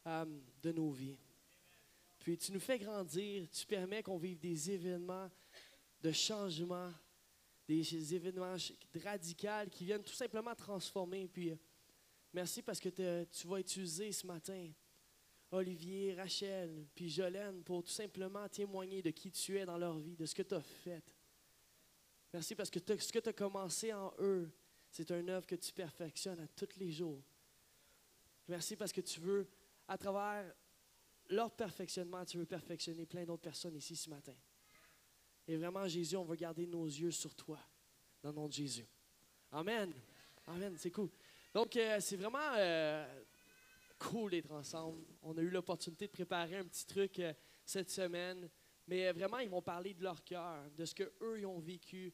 de nos vies. Puis tu nous fais grandir, tu permets qu'on vive des événements de changement, des événements radicaux qui viennent tout simplement transformer. Puis merci parce que tu vas utiliser ce matin Olivier, Rachel, puis Jolène pour tout simplement témoigner de qui tu es dans leur vie, de ce que tu as fait. Merci parce que ce que tu as commencé en eux, c'est une œuvre que tu perfectionnes à tous les jours. Merci parce que tu veux, à travers leur perfectionnement, tu veux perfectionner plein d'autres personnes ici ce matin. Et vraiment, Jésus, on va garder nos yeux sur toi, dans le nom de Jésus. Amen. Amen, c'est cool. Donc, c'est vraiment cool d'être ensemble. On a eu l'opportunité de préparer un petit truc cette semaine, mais vraiment, ils vont parler de leur cœur, de ce qu'eux ils ont vécu,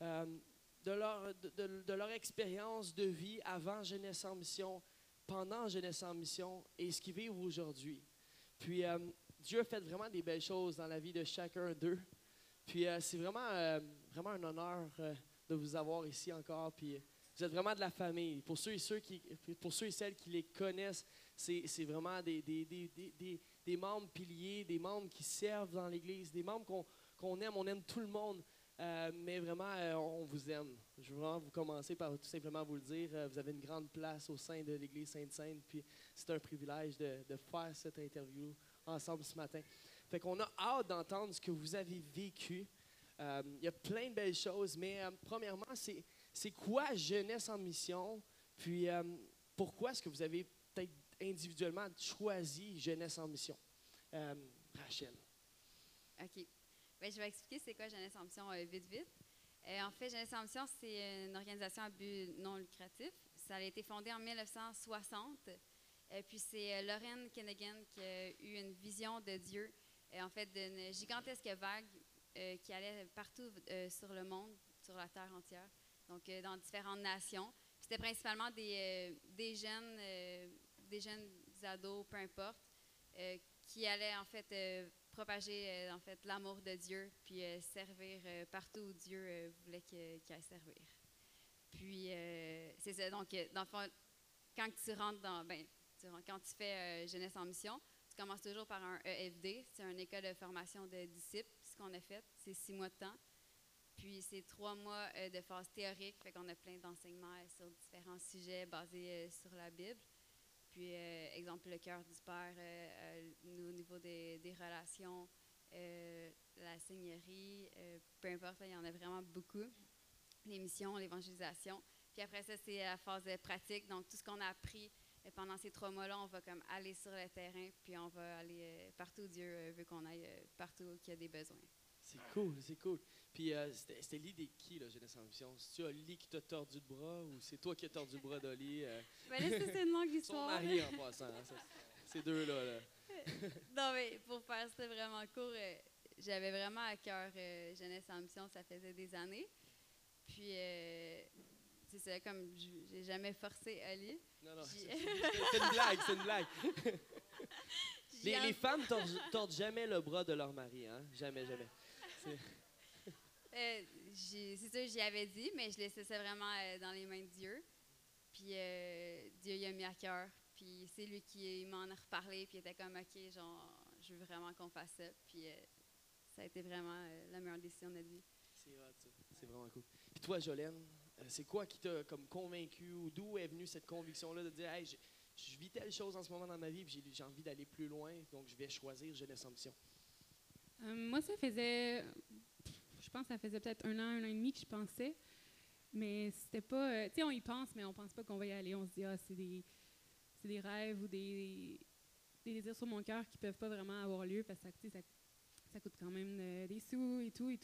de leur expérience de vie avant Jeunesse en mission, pendant Jeunesse en mission et ce qu'ils vivent aujourd'hui. Puis, Dieu a fait vraiment des belles choses dans la vie de chacun d'eux. Puis, c'est vraiment un honneur de vous avoir ici encore. Puis, vous êtes vraiment de la famille. Pour ceux et celles qui les connaissent, c'est vraiment des membres piliers, des membres qui servent dans l'Église, des membres qu'on aime. On aime tout le monde, mais vraiment, on vous aime. Je veux vraiment vous commencer par tout simplement vous le dire. Vous avez une grande place au sein de l'Église Sainte-Sainte, puis c'est un privilège de faire cette interview ensemble ce matin. Fait qu'on a hâte d'entendre ce que vous avez vécu. Il y a plein de belles choses, mais premièrement, c'est quoi Jeunesse en mission? Puis pourquoi est-ce que vous avez peut-être individuellement choisi Jeunesse en mission? Rachel. OK. Bien, je vais expliquer c'est quoi Jeunesse en mission vite. En fait, Jeunesse en mission, c'est une organisation à but non lucratif. Ça a été fondé en 1960. Puis c'est Lauren Kennegan qui a eu une vision de Dieu, en fait, d'une gigantesque vague qui allait partout sur le monde, sur la terre entière, donc dans différentes nations. C'était principalement des jeunes ados, peu importe, qui allaient en fait propager en fait l'amour de Dieu, puis servir partout où Dieu voulait qu'ils aillent servir. Puis c'est ça. Donc dans le fond, quand tu rentres quand tu fais Jeunesse en mission, tu commences toujours par un EFD, c'est une école de formation de disciples, ce qu'on a fait, c'est 6 mois de temps. Puis c'est 3 mois de phase théorique, fait qu'on a plein d'enseignements sur différents sujets basés sur la Bible. Puis, exemple, le cœur du Père au niveau des relations, la seigneurie, peu importe, là, il y en a vraiment beaucoup. Les missions, l'évangélisation. Puis après ça, c'est la phase pratique. Donc, tout ce qu'on a appris pendant ces 3 mois-là, on va comme aller sur le terrain, puis on va aller partout où Dieu veut qu'on aille, partout où il y a des besoins. C'est cool, c'est cool. Puis c'était l'idée de qui, là, Jeunesse en mission? C'est-tu Oli qui t'a tordu le bras ou c'est toi qui as tordu le bras d'Oli? Ben là, c'est une longue histoire. Son mari, en passant. Hein, ces deux-là. Là. Non, mais pour faire ça vraiment court, j'avais vraiment à cœur Jeunesse en mission, ça faisait des années. Puis, c'est ça, comme j'ai jamais forcé Oli. Non, c'est une blague, c'est une blague. Les femmes tordent jamais le bras de leur mari, hein? Jamais. C'est sûr, j'y avais dit, mais je laissais ça vraiment dans les mains de Dieu. Puis Dieu y a mis à cœur. Puis c'est lui qui m'en a reparlé, puis il était comme, OK, genre, je veux vraiment qu'on fasse ça. Puis ça a été vraiment la meilleure décision de notre vie. C'est hot, ça. C'est vraiment cool. Puis toi, Jolène, c'est quoi qui t'a comme convaincu ou d'où est venue cette conviction-là de dire, hey, je vis telle chose en ce moment dans ma vie, puis j'ai envie d'aller plus loin, donc je vais choisir Jeunesse en mission? Moi, je pense que ça faisait peut-être un an et demi que je pensais, mais c'était pas, tu sais, on y pense, mais on pense pas qu'on va y aller. On se dit, c'est des rêves ou des désirs sur mon cœur qui peuvent pas vraiment avoir lieu parce que ça coûte quand même des sous et tout.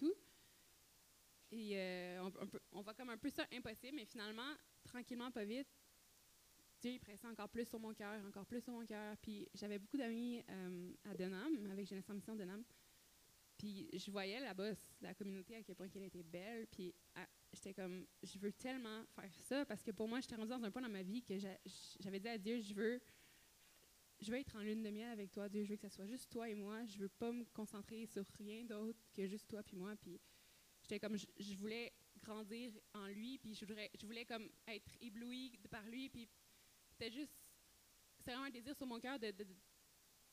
Et on voit comme un peu ça impossible, mais finalement, tranquillement, pas vite, Dieu il pressait encore plus sur mon cœur. Puis j'avais beaucoup d'amis à Denham, avec Jeunesse en mission Denham. Puis je voyais là-bas la communauté à quel point elle était belle. Puis j'étais comme, je veux tellement faire ça parce que pour moi, j'étais rendue dans un point dans ma vie que j'avais dit à Dieu, je veux être en lune de miel avec toi, Dieu. Je veux que ça soit juste toi et moi. Je veux pas me concentrer sur rien d'autre que juste toi puis moi. Puis j'étais comme, je voulais grandir en lui. Puis je voulais comme être éblouie par lui. Puis c'est vraiment un désir sur mon cœur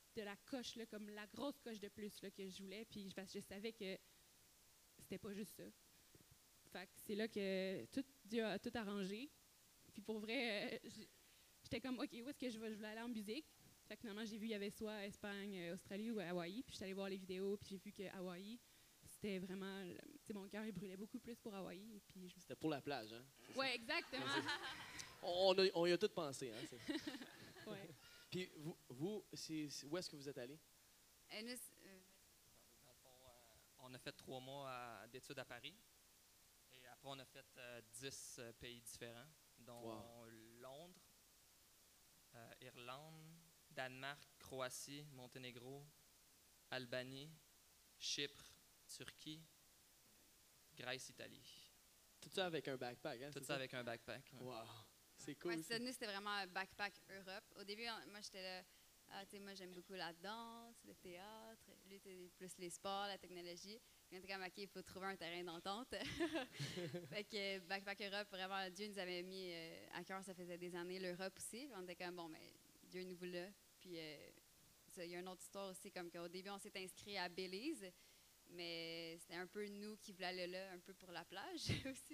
de la coche, là, comme la grosse coche de plus là, que je voulais. Puis parce que je savais que c'était pas juste ça. Fait que c'est là que Dieu a tout arrangé. Puis pour vrai, j'étais comme, OK, où est-ce que je voulais aller en musique? Fait que finalement, j'ai vu, il y avait soit Espagne, Australie ou Hawaï. Puis j'étais allée voir les vidéos, puis j'ai vu que Hawaï, c'était vraiment, tu sais, mon cœur, il brûlait beaucoup plus pour Hawaï. Puis C'était pour la plage, hein? Oui, exactement. On y a tout pensé, hein? Ouais. Puis vous où est-ce que vous êtes allés? Nous, Dans le fond, on a fait 3 mois d'études à Paris. Et après, on a fait 10 pays différents, dont Londres, Irlande, Danemark, Croatie, Monténégro, Albanie, Chypre, Turquie, Grèce, Italie. Tout ça avec un backpack, hein? Tout ça avec un backpack. Ouais. Wow! C'est cool. ouais, ça. nous, c'était vraiment un backpack Europe. Au début, moi, j'étais là, tu sais, moi, j'aime beaucoup la danse, le théâtre. Lui, c'était plus les sports, la technologie. Puis on était comme, OK, il faut trouver un terrain d'entente. Fait que backpack Europe, vraiment, Dieu nous avait mis à cœur, ça faisait des années, l'Europe aussi. Puis on était comme, bon, mais Dieu nous voulait. Puis il y a une autre histoire aussi, comme qu'au début, on s'est inscrit à Belize. Mais c'était un peu nous qui voulions aller là, un peu pour la plage aussi.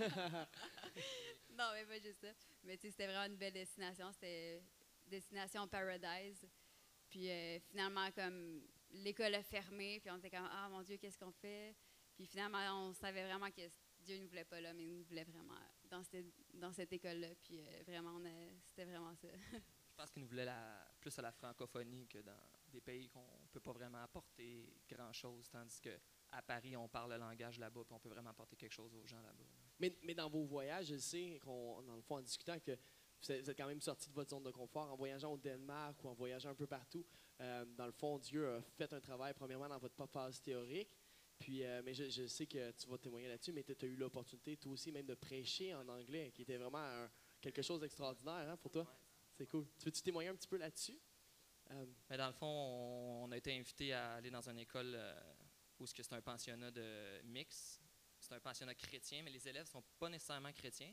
Non, mais pas juste ça. Mais tu sais, c'était vraiment une belle destination. C'était destination paradise. Puis finalement, comme l'école a fermé, puis on était comme, ah mon Dieu, qu'est-ce qu'on fait? Puis finalement, on savait vraiment que Dieu ne nous voulait pas là, mais il nous voulait vraiment dans cette école-là. Puis vraiment, c'était vraiment ça. Je pense qu'il nous voulait plus à la francophonie que dans des pays qu'on ne peut pas vraiment apporter grand-chose, tandis qu'à Paris, on parle le langage là-bas, puis on peut vraiment apporter quelque chose aux gens là-bas. Mais dans vos voyages, je sais dans le fond, en discutant, que vous êtes quand même sorti de votre zone de confort en voyageant au Danemark ou en voyageant un peu partout. Dans le fond, Dieu a fait un travail, premièrement, dans votre phase théorique. Puis, mais je sais que tu vas témoigner là-dessus, mais tu as eu l'opportunité, toi aussi, même de prêcher en anglais, qui était vraiment quelque chose d'extraordinaire, hein, pour toi. C'est cool. Tu veux-tu témoigner un petit peu là-dessus? Mais dans le fond, on a été invité à aller dans une école où c'est un pensionnat de mix. C'est un pensionnat chrétien, mais les élèves ne sont pas nécessairement chrétiens.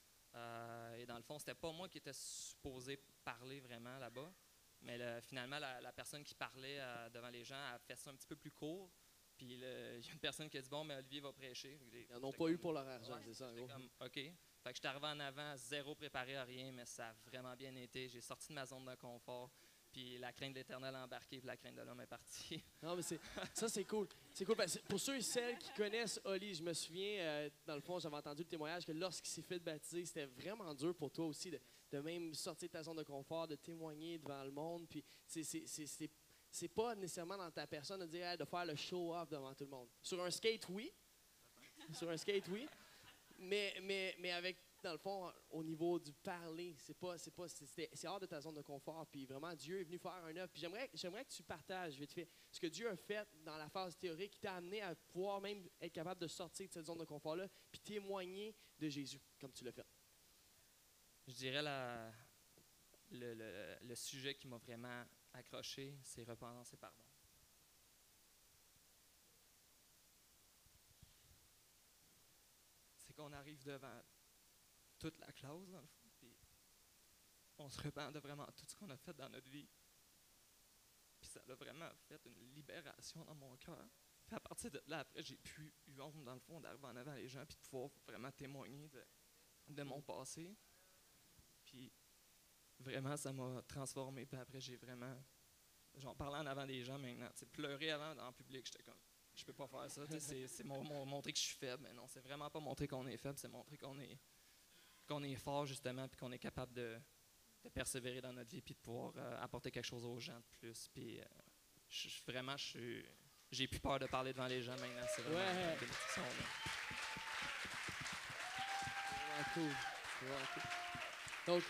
Et dans le fond, c'était pas moi qui étais supposé parler vraiment là-bas. Mais finalement, la personne qui parlait devant les gens a fait ça un petit peu plus court. Puis il y a une personne qui a dit, bon, mais Olivier va prêcher. Ils n'en ont pas eu pour leur argent, c'est ça, en gros. Comme, OK. Fait que je suis arrivé en avant, zéro préparé à rien, mais ça a vraiment bien été. J'ai sorti de ma zone de confort. Puis la crainte de l'Éternel a embarqué, puis la crainte de l'homme est partie. Non, mais ça, c'est cool. C'est cool. Parce que pour ceux et celles qui connaissent Oli, je me souviens, dans le fond, j'avais entendu le témoignage que lorsqu'il s'est fait baptiser, c'était vraiment dur pour toi aussi de même sortir de ta zone de confort, de témoigner devant le monde. Puis c'est pas nécessairement dans ta personne de dire, hey, de faire le show-off devant tout le monde. Sur un skate, oui. Sur un skate, oui. Mais avec, dans le fond, au niveau du parler, c'est hors de ta zone de confort. Puis vraiment, Dieu est venu faire un œuvre. Puis j'aimerais que tu partages vite fait ce que Dieu a fait dans la phase théorique qui t'a amené à pouvoir même être capable de sortir de cette zone de confort-là puis témoigner de Jésus, comme tu l'as fait. Je dirais le sujet qui m'a vraiment accroché, c'est repentance et pardon. C'est qu'on arrive devant toute la classe, dans le fond, puis on se repent de vraiment tout ce qu'on a fait dans notre vie. Puis ça a vraiment fait une libération dans mon cœur. Puis à partir de là, après, j'ai plus eu honte, dans le fond, d'arriver en avant les gens, puis de pouvoir vraiment témoigner de mon passé. Puis vraiment, ça m'a transformé. Puis après, j'ai vraiment, genre, parler en avant des gens maintenant. Tu sais, pleurer avant en public, j'étais comme, je peux pas faire ça. C'est montrer que je suis faible. Mais non, c'est vraiment pas montrer qu'on est faible, c'est montrer qu'on est fort, justement, puis qu'on est capable de persévérer dans notre vie, puis de pouvoir apporter quelque chose aux gens de plus. Puis vraiment, j'ai plus peur de parler devant les gens maintenant. C'est vraiment une bénédiction. C'est vraiment cool. Donc,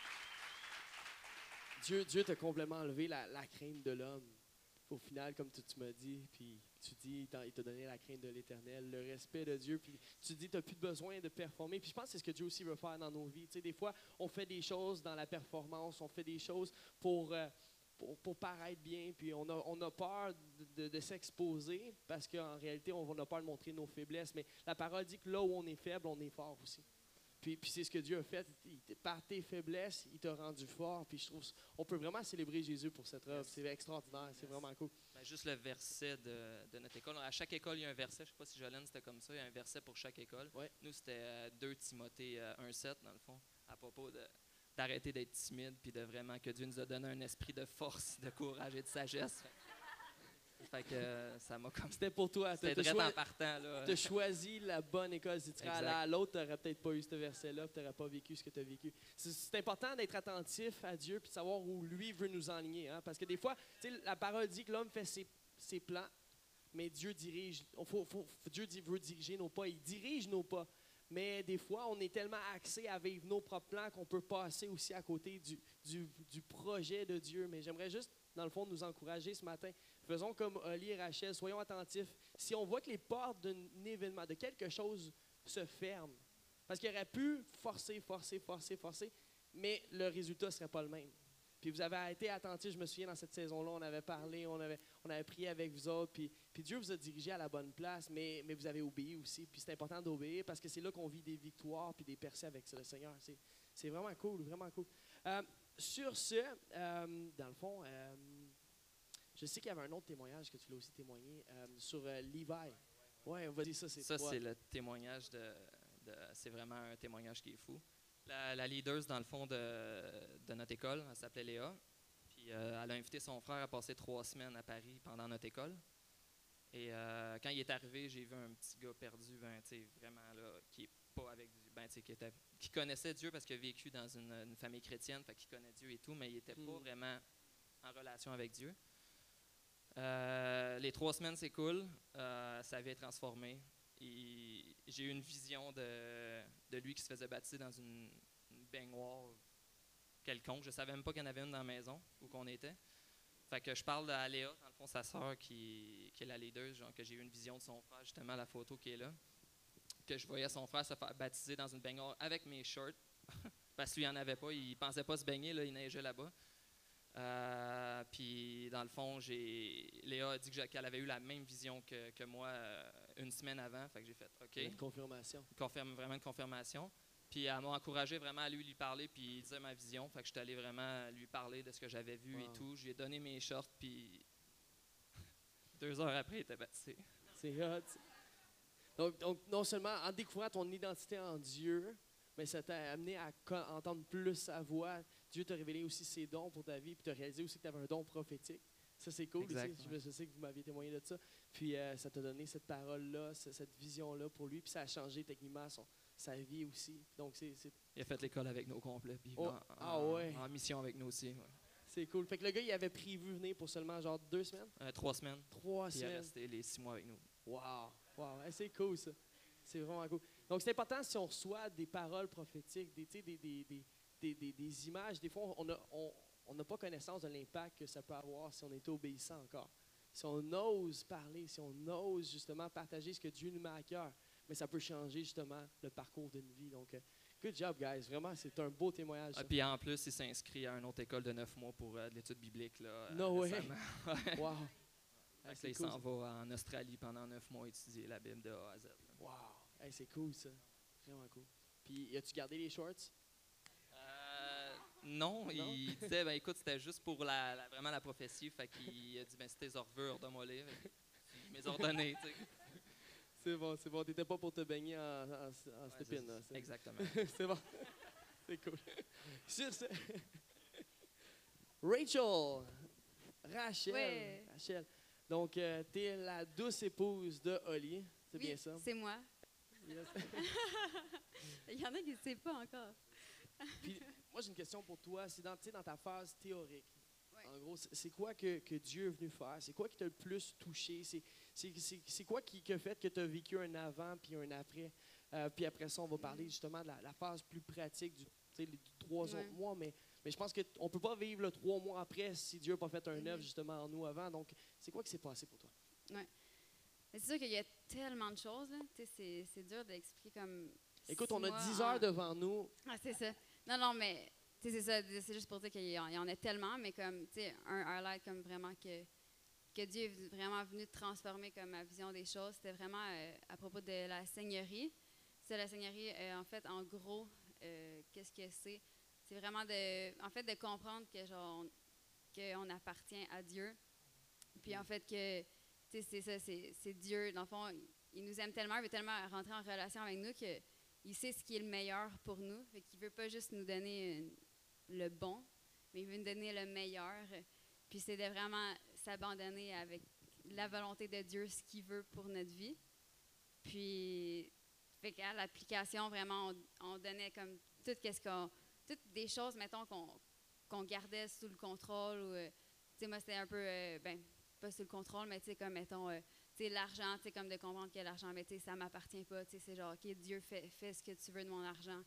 Dieu t'a complètement enlevé la crainte de l'homme. Au final, comme tu m'as dit, puis tu dis, il t'a donné la crainte de l'Éternel, le respect de Dieu, puis tu dis, tu n'as plus besoin de performer. Puis je pense que c'est ce que Dieu aussi veut faire dans nos vies. Tu sais, des fois, on fait des choses dans la performance, on fait des choses pour paraître bien, puis on a peur de s'exposer parce qu'en réalité, on a peur de montrer nos faiblesses. Mais la parole dit que là où on est faible, on est fort aussi. Puis c'est ce que Dieu a fait. Par tes faiblesses, il t'a rendu fort. Puis je trouve on peut vraiment célébrer Jésus pour cette œuvre. Yes. C'est extraordinaire. C'est vraiment cool. Ben, juste le verset de notre école. À chaque école, il y a un verset. Je ne sais pas si Jolene, c'était comme ça. Il y a un verset pour chaque école. Ouais. Nous, c'était 2 Timothée 1,7, dans le fond, à propos d'arrêter d'être timide, puis de vraiment que Dieu nous a donné un esprit de force, de courage et de sagesse. Fait que ça m'a comme... C'était pour toi. C'était T'as direct en partant, là. Tu as choisi la bonne école. Si tu serais allé Exact. à l'autre, tu n'aurais peut-être pas eu ce verset-là, tu n'aurais pas vécu ce que tu as vécu. C'est important d'être attentif à Dieu et de savoir où lui veut nous enligner. Hein? Parce que des fois, la parole dit que l'homme fait ses plans, mais Dieu dirige. Dieu veut diriger nos pas. Il dirige nos pas. Mais des fois, on est tellement axé à vivre nos propres plans qu'on peut passer aussi à côté du projet de Dieu. Mais j'aimerais juste, dans le fond, nous encourager ce matin. Faisons comme Oli et Rachel, soyons attentifs. Si on voit que les portes d'un événement, de quelque chose se ferment, parce qu'il aurait pu forcer, mais le résultat ne serait pas le même. Puis vous avez été attentifs, je me souviens, dans cette saison-là, on avait parlé, on avait prié avec vous autres, puis Dieu vous a dirigé à la bonne place, mais vous avez obéi aussi. Puis c'est important d'obéir parce que c'est là qu'on vit des victoires puis des percées avec le Seigneur. C'est vraiment cool, vraiment cool. Sur ce, dans le fond, je sais qu'il y avait un autre témoignage que tu l'as aussi témoigné sur Levi. Ouais, vas-y, ça, c'est Ça, toi. c'est le témoignage c'est vraiment un témoignage qui est fou. La leader, dans le fond, de notre école, elle s'appelait Léa. Puis elle a invité son frère à passer 3 semaines à Paris pendant notre école. Et quand il est arrivé, j'ai vu un petit gars perdu, vraiment, là, qui est pas avec Dieu, qui connaissait Dieu parce qu'il a vécu dans une famille chrétienne, fait qu'il connaît Dieu et tout, mais il n'était pas vraiment en relation avec Dieu. Les 3 semaines, c'est cool. Sa vie est transformée. J'ai eu une vision de lui qui se faisait baptiser dans une baignoire quelconque. Je ne savais même pas qu'il y en avait une dans la maison où qu'on était. Fait que je parle à Léa, dans le fond, sa sœur qui est la leader, genre que j'ai eu une vision de son frère, justement, la photo qui est là. Que je voyais son frère se faire baptiser dans une baignoire avec mes shorts. Parce qu'il n'y en avait pas, il ne pensait pas se baigner, là, il neigeait là-bas. Puis dans le fond, Léa a dit qu'elle avait eu la même vision que moi une semaine avant. Fait que j'ai fait OK. Une confirmation. Vraiment une confirmation. Puis elle m'a encouragé vraiment à lui parler puis dire ma vision. Fait que je suis allé vraiment lui parler de ce que j'avais vu et tout. Je lui ai donné mes shorts puis 2 heures après, il était baptisé. C'est hot. Donc, non seulement en découvrant ton identité en Dieu, mais ça t'a amené à entendre plus sa voix. Dieu t'a révélé aussi ses dons pour ta vie, puis tu as réalisé aussi que tu avais un don prophétique. Ça, c'est cool. Aussi. Je sais que vous m'aviez témoigné de ça. Puis ça t'a donné cette parole-là, cette vision-là pour lui, puis ça a changé techniquement sa vie aussi. Donc, Il a fait l'école avec nous au complet, puis en mission avec nous aussi. Ouais. C'est cool. Fait que le gars, il avait prévu venir pour seulement genre 2 semaines? 3 semaines. 3 Puis il est semaines. resté les 6 mois avec nous. Wow. Hey, c'est cool, ça. C'est vraiment cool. Donc, c'est important si on reçoit des paroles prophétiques, des images. Des fois, on n'a pas connaissance de l'impact que ça peut avoir si on est obéissant encore. Si on ose parler, si on ose justement partager ce que Dieu nous met à cœur, mais ça peut changer justement le parcours d'une vie. Donc, good job, guys. Vraiment, c'est un beau témoignage. Puis en plus, il s'inscrit à une autre école de 9 mois pour de l'étude biblique. Là, No way. récemment. Wow. Fait que C'est là, il cool, s'en ça. va en Australie pendant 9 mois étudier la Bible de A à Z. Là. Wow. Hey, c'est cool, ça. Vraiment cool. Puis, as-tu gardé les shorts? Non, il disait, écoute, c'était juste pour vraiment la prophétie. Fait qu'il a dit, si t'es ordures, redonne-moi-les. Il m'a ordonné, tu sais. C'est bon. T'étais pas pour te baigner en stépine, là. Exactement. C'est bon. C'est cool. Sur ce, Rachel. Ouais. Rachel. Donc, tu es la douce épouse de Oli. C'est Oui, bien ça? c'est moi. Yes. Il y en a qui ne savent pas encore. Puis, moi, j'ai une question pour toi. C'est dans ta phase théorique. Ouais. En gros, c'est quoi que Dieu est venu faire? C'est quoi qui t'a le plus touché? C'est quoi qui a fait que tu as vécu un avant puis un après? Puis après ça, on va parler justement de la phase plus pratique du 3 autres mois. Mais je pense qu'on ne peut pas vivre le 3 mois après si Dieu n'a pas fait un œuvre justement en nous avant. Donc, c'est quoi qui s'est passé pour toi? Ouais. Mais c'est sûr qu'il y a tellement de choses. Là. C'est dur d'expliquer comme. Écoute, 6 on a mois 10 heures devant nous. Ah, c'est ça. Non, mais c'est ça. C'est juste pour dire qu'il y en a tellement, mais comme, tu sais, un highlight comme vraiment que Dieu est vraiment venu transformer comme ma vision des choses, c'était vraiment à propos de la seigneurie. ça, la Seigneurie, en fait, en gros, qu'est-ce que c'est? C'est vraiment de comprendre que genre qu'on appartient à Dieu. Puis en fait que, tu sais, c'est ça, c'est Dieu. Dans le fond, il nous aime tellement, il veut tellement rentrer en relation avec nous qu'il sait ce qui est le meilleur pour nous. Fait qu'il veut pas juste nous donner le bon, mais il veut nous donner le meilleur. Puis c'est de vraiment s'abandonner avec la volonté de Dieu, ce qu'il veut pour notre vie. Puis, fait qu'à l'application, vraiment, on donnait comme toutes des choses, mettons, qu'on gardait sous le contrôle. Ou, tu sais, moi, c'était un peu, pas sous le contrôle, mais tu sais, comme, mettons, tu sais, l'argent, tu sais, comme de comprendre que l'argent, mais tu sais, ça m'appartient pas. Tu sais, c'est genre, OK, Dieu, fais ce que tu veux de mon argent.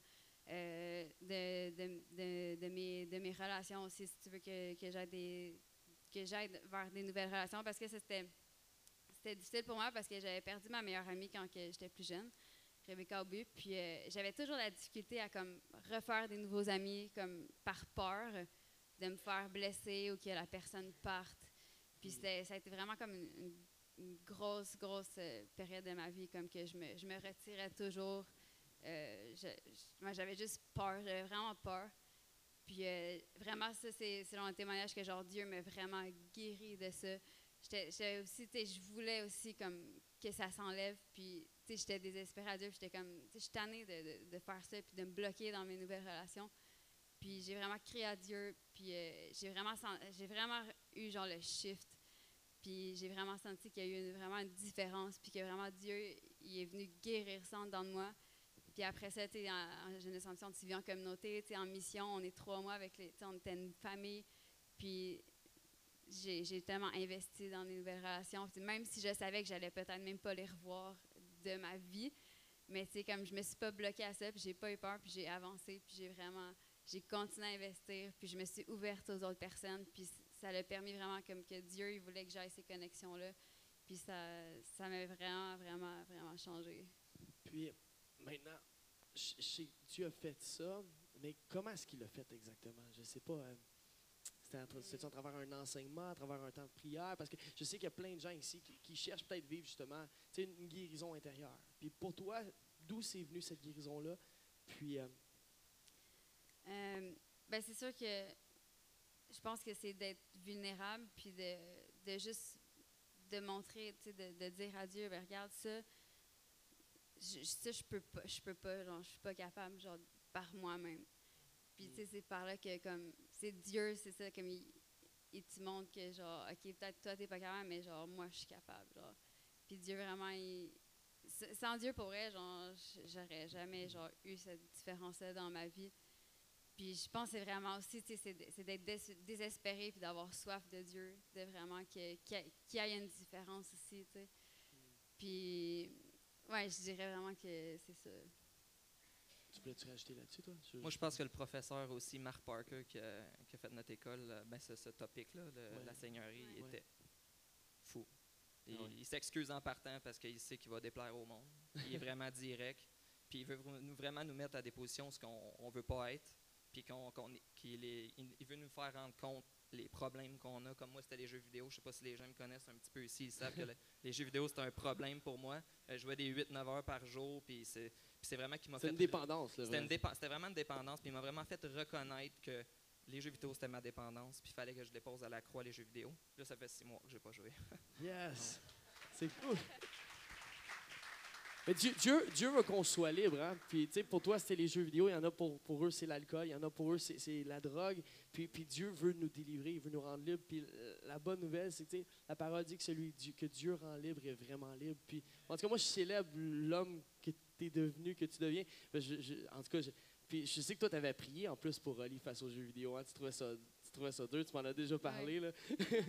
De mes relations aussi, si tu veux que j'aide vers des nouvelles relations, parce que c'était difficile pour moi parce que j'avais perdu ma meilleure amie quand j'étais plus jeune, Rebecca Aubu, puis j'avais toujours la difficulté à comme refaire des nouveaux amis comme par peur de me faire blesser ou que la personne parte. Puis ça a été vraiment comme une grosse période de ma vie, comme que je me retirais toujours. Moi, j'avais juste peur, j'avais vraiment peur. Puis vraiment, ça, c'est selon un témoignage que genre Dieu m'a vraiment guéri de ça. J'étais aussi, tu sais, je voulais aussi comme que ça s'enlève. Puis, tu sais, j'étais désespérée à Dieu. J'étais comme, tu sais, je suis tannée de faire ça puis de me bloquer dans mes nouvelles relations. Puis j'ai vraiment crié à Dieu. Puis j'ai vraiment eu genre le shift. Puis j'ai vraiment senti qu'il y a eu vraiment une différence. Puis que vraiment Dieu, il est venu guérir ça en dedans de moi. Puis après ça, tu sais, en Jeunesse en Mission, tu vis en communauté, tu sais, en mission, on est 3 mois avec tu sais, on était une famille. Puis j'ai tellement investi dans des nouvelles relations. Puis même si je savais que j'allais peut-être même pas les revoir de ma vie, mais tu sais, comme je me suis pas bloquée à ça, puis j'ai pas eu peur, puis j'ai avancé, puis j'ai continué à investir, puis je me suis ouverte aux autres personnes, puis ça l'a permis vraiment comme que Dieu, il voulait que j'aille ces connexions-là. Puis ça m'a vraiment changé. Puis maintenant, je sais que Dieu a fait ça, mais comment est-ce qu'il l'a fait exactement? Je ne sais pas. C'était à travers un enseignement, à travers un temps de prière? Parce que je sais qu'il y a plein de gens ici qui cherchent peut-être vivre justement une guérison intérieure. Puis pour toi, d'où c'est venu cette guérison-là? Puis. C'est sûr que je pense que c'est d'être vulnérable, puis de juste de montrer, de dire à Dieu, regarde ça. Je peux pas, genre, je suis pas capable, genre, par moi-même. Puis, tu sais, c'est par là que, comme, c'est Dieu, c'est ça, comme, il te montre que, genre, OK, peut-être toi, t'es pas capable, mais, genre, moi, je suis capable, genre. Puis Dieu, vraiment, sans Dieu, pour vrai, genre, j'aurais jamais, genre, eu cette différence-là dans ma vie. Puis, je pense que c'est vraiment aussi, tu sais, c'est d'être désespéré, puis d'avoir soif de Dieu, de vraiment qu'il y ait une différence aussi, tu sais. Puis... ouais, je dirais vraiment que c'est ça. Tu voulais-tu rajouter là-dessus, toi? Moi, je pense que le professeur aussi, Mark Parker, qui a fait notre école, ce topic-là, la seigneurie, était fou. Il s'excuse en partant parce qu'il sait qu'il va déplaire au monde. Il est vraiment direct. Puis il veut vraiment nous mettre à des positions où on ne veut pas être. Puis il veut nous faire rendre compte les problèmes qu'on a. Comme moi, c'était les jeux vidéo. Je ne sais pas si les gens me connaissent un petit peu ici. Ils savent que les jeux vidéo, c'est un problème pour moi. Je jouais des 8-9 heures par jour. Puis c'est vraiment qui m'a fait... C'est une dépendance. C'était vraiment une dépendance. Puis il m'a vraiment fait reconnaître que les jeux vidéo, c'était ma dépendance. Puis il fallait que je dépose à la croix les jeux vidéo. Là, ça fait 6 mois que je n'ai pas joué. Yes! C'est cool. Mais Dieu veut qu'on soit libre. Hein? Puis, tu sais, pour toi, c'était les jeux vidéo. Il y en a pour eux, c'est l'alcool. Il y en a pour eux, c'est la drogue. Puis Dieu veut nous délivrer. Il veut nous rendre libres. Puis la bonne nouvelle, c'est que la parole dit que Dieu rend libre est vraiment libre. Puis, en tout cas, moi, je célèbre l'homme que tu es devenu, que tu deviens. En tout cas, puis je sais que toi, tu avais prié en plus pour Oli face aux jeux vidéo. Hein? Tu trouvais ça dur. Tu m'en as déjà parlé. Ouais. Là.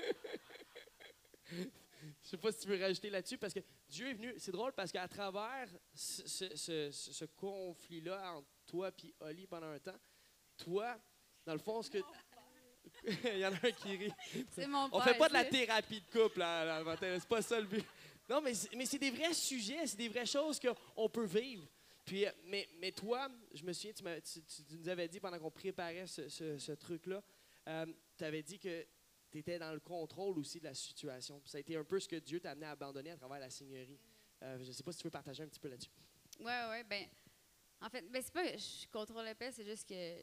Je sais pas si tu veux rajouter là-dessus, parce que Dieu est venu. C'est drôle parce qu'à travers ce conflit-là entre toi et Oli pendant un temps, toi, dans le fond, ce que. Il y en a un qui rit. C'est mon père. On fait pas de la thérapie de couple, là, c'est pas ça le but. Non, mais c'est des vrais sujets, c'est des vraies choses qu'on peut vivre. Puis, mais toi, je me souviens, tu nous avais dit pendant qu'on préparait ce truc-là, tu avais dit que tu étais dans le contrôle aussi de la situation. Puis ça a été un peu ce que Dieu t'a amené à abandonner à travers la Seigneurie. Je ne sais pas si tu veux partager un petit peu là-dessus. Ouais, ben, en fait, ben, c'est pas, je contrôle la paix, c'est juste que.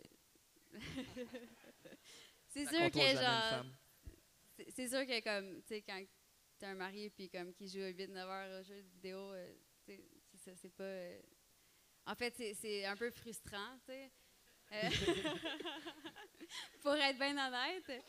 C'est Ça sûr contrôle que, jamais une genre, femme. c'est sûr que, comme, tu sais, quand t'as un mari, puis comme, qui joue 8-9 heures aux jeux vidéo, tu sais, c'est ça, c'est pas. En fait, c'est un peu frustrant, tu sais. Euh, pour être bien honnête.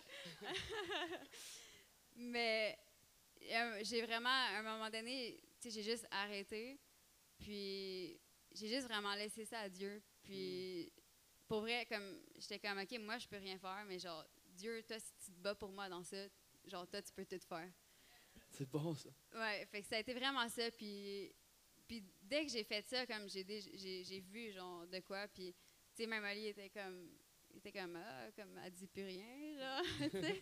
Mais j'ai vraiment, à un moment donné, tu sais, j'ai juste arrêté. Puis j'ai juste vraiment laissé ça à Dieu. Puis pour vrai, comme j'étais comme, OK, moi, je peux rien faire, mais genre, Dieu, toi, si tu te bats pour moi dans ça, genre, toi, tu peux tout faire. C'est bon, ça. Ouais, fait que ça a été vraiment ça. Puis dès que j'ai fait ça, comme j'ai vu, genre, de quoi. Puis, tu sais, même Ali était comme, ah, comme, elle dit plus rien, genre, tu sais.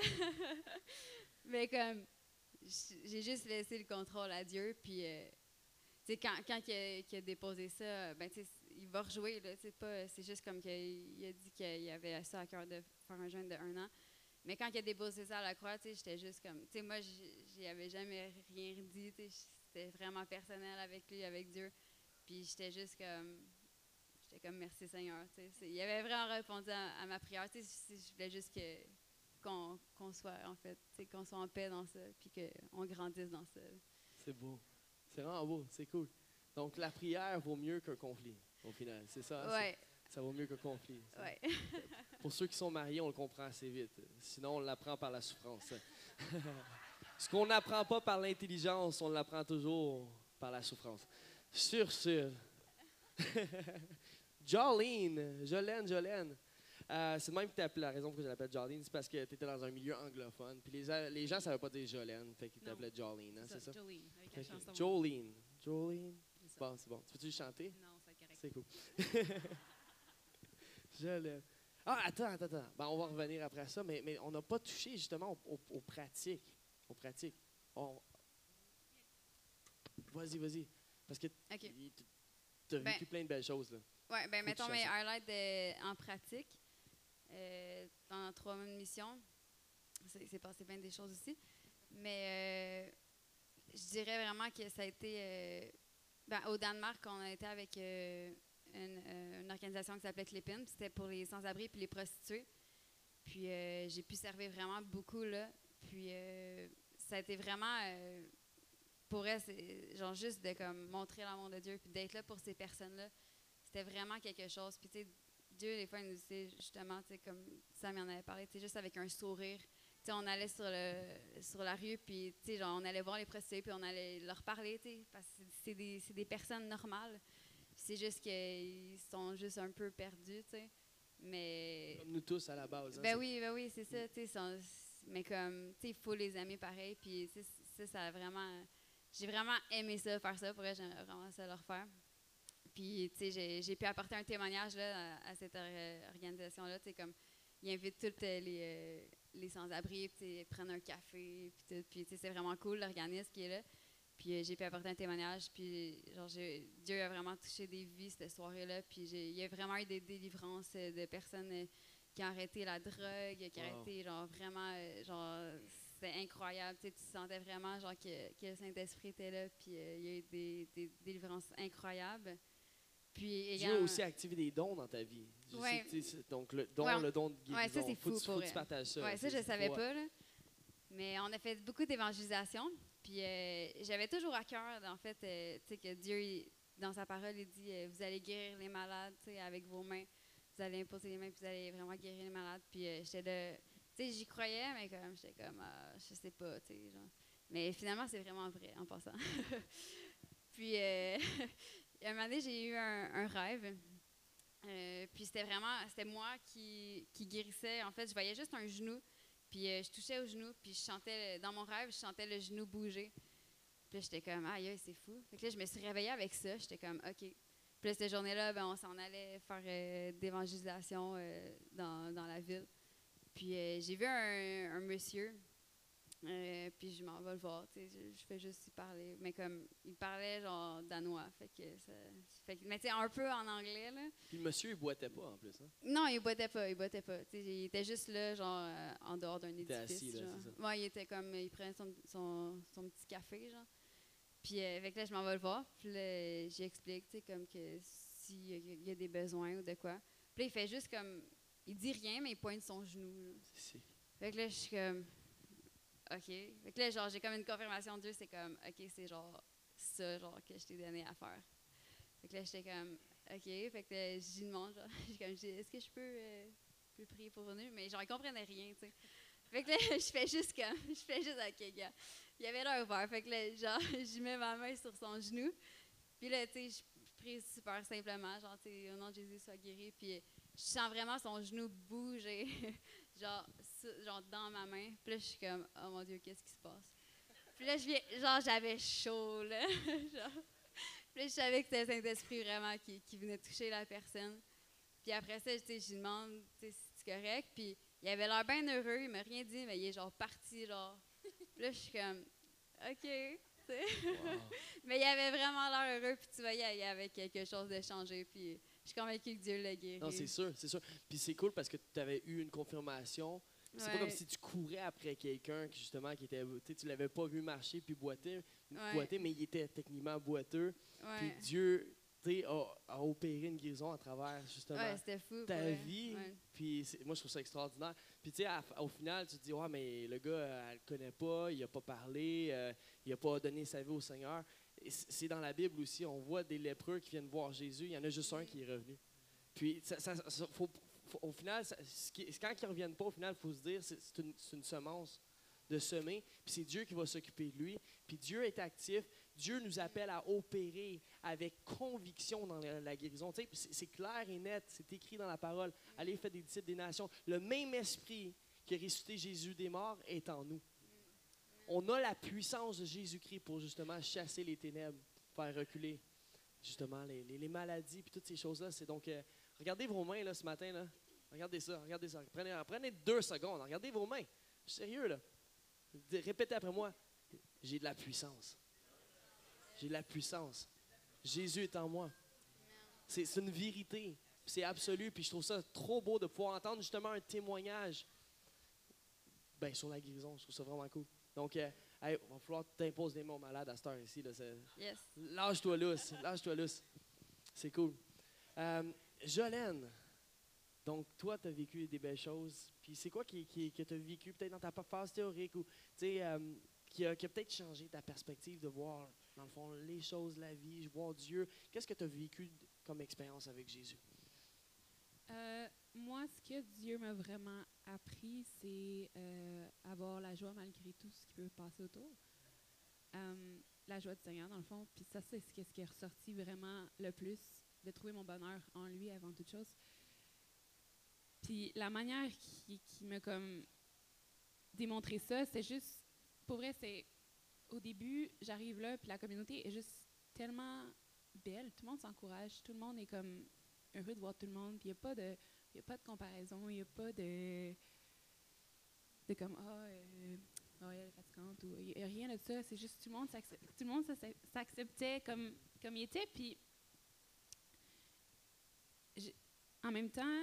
Mais comme, j'ai juste laissé le contrôle à Dieu. Puis, tu sais, quand il a déposé ça, ben, tu sais, il va rejouer, là. C'est juste comme qu'il a dit qu'il avait ça à cœur de faire un jeûne de 1 an. Mais quand il a déposé ça à la croix, tu sais, j'étais juste comme, tu sais, moi, j'y avais jamais rien dit, tu sais, c'était vraiment personnel avec lui, avec Dieu. Puis j'étais comme, merci Seigneur, tu sais. Il avait vraiment répondu à ma prière, tu sais, je voulais juste qu'on soit, en fait, tu sais, qu'on soit en paix dans ça, puis qu'on grandisse dans ça. C'est beau. C'est vraiment beau. C'est cool. Donc, la prière vaut mieux qu'un conflit, au final. C'est ça? Hein? Ouais, Ça vaut mieux qu'un conflit. ouais. Pour ceux qui sont mariés, on le comprend assez vite. Sinon, on l'apprend par la souffrance. Ce qu'on n'apprend pas par l'intelligence, on l'apprend toujours par la souffrance. Sur ce, Jolene. C'est le même que tu appelé. La raison pour laquelle je l'appelle Jolene, c'est parce que tu étais dans un milieu anglophone. Puis les gens ne savaient pas dire Jolene, fait qu'ils Non. t'appelaient Jolene, hein, c'est ça? Jolene, avec Fait la que chanson. Jolene. Jolene. C'est ça. Bon, c'est bon. Tu veux-tu chanter? Non, c'est correct. C'est cool. Jolene. Ah, attends. Ben, on va revenir après ça, mais on n'a pas touché justement aux pratiques. Aux pratiques. Vas-y. Parce que OK. tu as vécu plein de belles choses, là. Ouais, ben Faut mettons que tu mes fasses highlights en pratique. Pendant 3 mois de mission, c'est passé bien des choses aussi. Mais je dirais vraiment que ça a été... ben, au Danemark, on a été avec une organisation qui s'appelait Clipin. C'était pour les sans-abri puis les prostituées. Puis j'ai pu servir vraiment beaucoup là. Puis ça a été vraiment... pour elle, c'est genre juste de comme, montrer l'amour de Dieu puis d'être là pour ces personnes-là. C'était vraiment quelque chose. Puis tu sais, Dieu, des fois, il nous disait justement, tu sais, comme Sam en avait parlé, tu sais, juste avec un sourire. Tu sais, on allait sur la rue, puis tu sais, genre, on allait voir les prostituées, puis on allait leur parler, tu sais, parce que c'est des personnes normales. C'est juste qu'ils sont juste un peu perdus, tu sais. Mais... Comme nous tous à la base. Hein, ben oui, c'est ça, tu sais. Mais comme, tu sais, il faut les aimer pareil, puis ça a vraiment... J'ai vraiment aimé ça, faire ça. Pour vrai, j'aimerais vraiment ça leur faire. Puis, tu sais, j'ai pu apporter un témoignage là, à cette organisation-là. Tu sais, comme, ils invitent tous les sans-abri, puis ils prennent un café, puis tout. Puis, tu sais, c'est vraiment cool, l'organisme qui est là. Puis, j'ai pu apporter un témoignage. Puis, genre, Dieu a vraiment touché des vies cette soirée-là. Puis, il y a vraiment eu des délivrances de personnes qui ont arrêté la drogue, qui ont arrêté, genre, vraiment, genre... C'était incroyable, tu sentais vraiment genre que le Saint-Esprit était là, puis il y a eu des délivrances incroyables. Puis Dieu a aussi activé des dons dans ta vie. Ouais. Donc le don de guérison. Ouais, ça c'est fou faut que tu partages ça. Ouais, ça je savais pas là. Mais on a fait beaucoup d'évangélisation, puis j'avais toujours à cœur en fait, tu sais que Dieu dans sa parole il dit vous allez guérir les malades, tu sais avec vos mains, vous allez imposer les mains, puis vous allez vraiment guérir les malades. Puis j'étais là. Tu sais, j'y croyais, mais comme j'étais comme, je sais pas, tu sais, genre. Mais finalement, c'est vraiment vrai, en passant. Puis, un moment donné, j'ai eu un rêve. Puis c'était moi qui guérissais. En fait, je voyais juste un genou, puis je touchais au genou, puis je chantais, dans mon rêve, je chantais le genou bouger. Puis j'étais comme, aïe, c'est fou. Fait que là, je me suis réveillée avec ça. J'étais comme, OK. Puis là, cette journée-là, ben, on s'en allait faire d'évangélisation dans la ville. Puis j'ai vu un monsieur, puis je m'en vais le voir, tu sais, je fais juste y parler. Mais comme, il parlait genre danois, mais tu sais, un peu en anglais, là. Puis le monsieur, il boitait pas en plus, hein? Non, il boitait pas. Tu sais, il était juste là, genre, en dehors d'un édifice. Assis, là, genre. c'est ça. Ouais, il était comme, il prenait son petit café, genre. Puis, fait que là, je m'en vais le voir. Puis là, j'explique, tu sais, comme que s'il y a des besoins ou de quoi. Puis là, il fait juste comme, il dit rien, mais il pointe son genou. Là. Fait que là, je suis comme, OK. Fait que là, genre, j'ai comme une confirmation de Dieu, c'est comme, OK, c'est genre ça, genre, que je t'ai donné à faire. Fait que là, j'étais comme, OK. Fait que là, j'y demande, genre, est-ce que je peux prier pour venir? Mais genre, ils comprenaient rien, tu sais. Fait que là, je fais juste, OK, gars. Il avait l'air ouvert. Fait que là, genre, j'y mets ma main sur son genou. Puis là, tu sais, je prie super simplement, genre, tu sais, au nom de Jésus, sois guéri. Puis je sens vraiment son genou bouger, genre dans ma main. Puis là, je suis comme, oh mon Dieu, qu'est-ce qui se passe? Puis là, genre, j'avais chaud, là. Genre. Puis là, je savais que c'était le Saint-Esprit vraiment qui venait toucher la personne. Puis après ça, tu sais, je lui demande, tu sais, si c'est correct. Puis il avait l'air bien heureux, il m'a rien dit, mais il est genre parti, genre. Puis là, je suis comme, OK, tu sais. Wow. Mais il avait vraiment l'air heureux, puis tu voyais, il y avait quelque chose de changé, puis je suis convaincue que Dieu l'a guéri. Non, c'est sûr, c'est sûr. Puis c'est cool parce que tu avais eu une confirmation. C'est pas comme si tu courais après quelqu'un qui, justement, qui était, tu l'avais pas vu marcher puis boiter, mais il était techniquement boiteux. Puis Dieu, a opéré une guérison à travers, justement, ta vie. Puis moi, je trouve ça extraordinaire. Puis, tu sais, au final, tu te dis, ouais, mais le gars, elle le connaît pas, il a pas parlé, il a pas donné sa vie au Seigneur. Et c'est dans la Bible aussi, on voit des lépreux qui viennent voir Jésus, il y en a juste un qui est revenu. Puis, au final, quand ils ne reviennent pas, au final, il faut se dire, c'est une semence de semer, puis c'est Dieu qui va s'occuper de lui. Puis Dieu est actif. Dieu nous appelle à opérer avec conviction dans la guérison. Tu sais, c'est clair et net, c'est écrit dans la parole. Allez, faites des disciples des nations. Le même esprit qui a ressuscité Jésus des morts est en nous. On a la puissance de Jésus-Christ pour justement chasser les ténèbres, faire reculer justement les maladies, puis toutes ces choses-là. C'est donc, regardez vos mains là, ce matin. Là. Regardez ça. Prenez 2 secondes. Regardez vos mains. Je suis sérieux, là. Répétez après moi. J'ai de la puissance. J'ai de la puissance. Jésus est en moi. C'est une vérité. C'est absolu. Puis je trouve ça trop beau de pouvoir entendre justement un témoignage sur la guérison. Je trouve ça vraiment cool. Donc, il va falloir que tu imposes des mots malades à cette heure ici. Là. Yes. Lâche-toi lousse. C'est cool. Jolène, donc toi, tu as vécu des belles choses. Puis c'est quoi que tu as vécu peut-être dans ta phase théorique ou qui a peut-être changé ta perspective de voir, dans le fond, les choses, la vie, voir Dieu. Qu'est-ce que tu as vécu comme expérience avec Jésus? Moi, ce que Dieu m'a vraiment appris, c'est avoir la joie malgré tout ce qui peut passer autour. La joie du Seigneur, dans le fond. Puis ça, c'est ce qui est ressorti vraiment le plus, de trouver mon bonheur en lui avant toute chose. Puis la manière qui m'a comme démontré ça, c'est juste, pour vrai, c'est au début, j'arrive là, puis la communauté est juste tellement belle. Tout le monde s'encourage, tout le monde est comme heureux de voir tout le monde. Puis il n'y a pas de comparaison, il n'y a pas de comme elle est fatigante, ou il n'y a rien de ça. C'est juste tout le monde s'acceptait comme il était. Puis en même temps,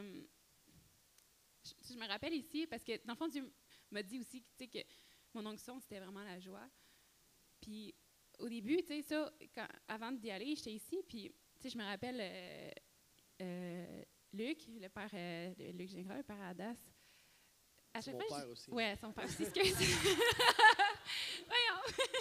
je me rappelle ici, parce que dans le fond, Dieu m'a dit aussi que mon onction, c'était vraiment la joie. Puis au début, tu sais, avant d'y aller, j'étais ici, puis je me rappelle Luc, le père de Luc Gingras, le père Adas. C'est mon père aussi. Oui, son père aussi, excuse. Voyons.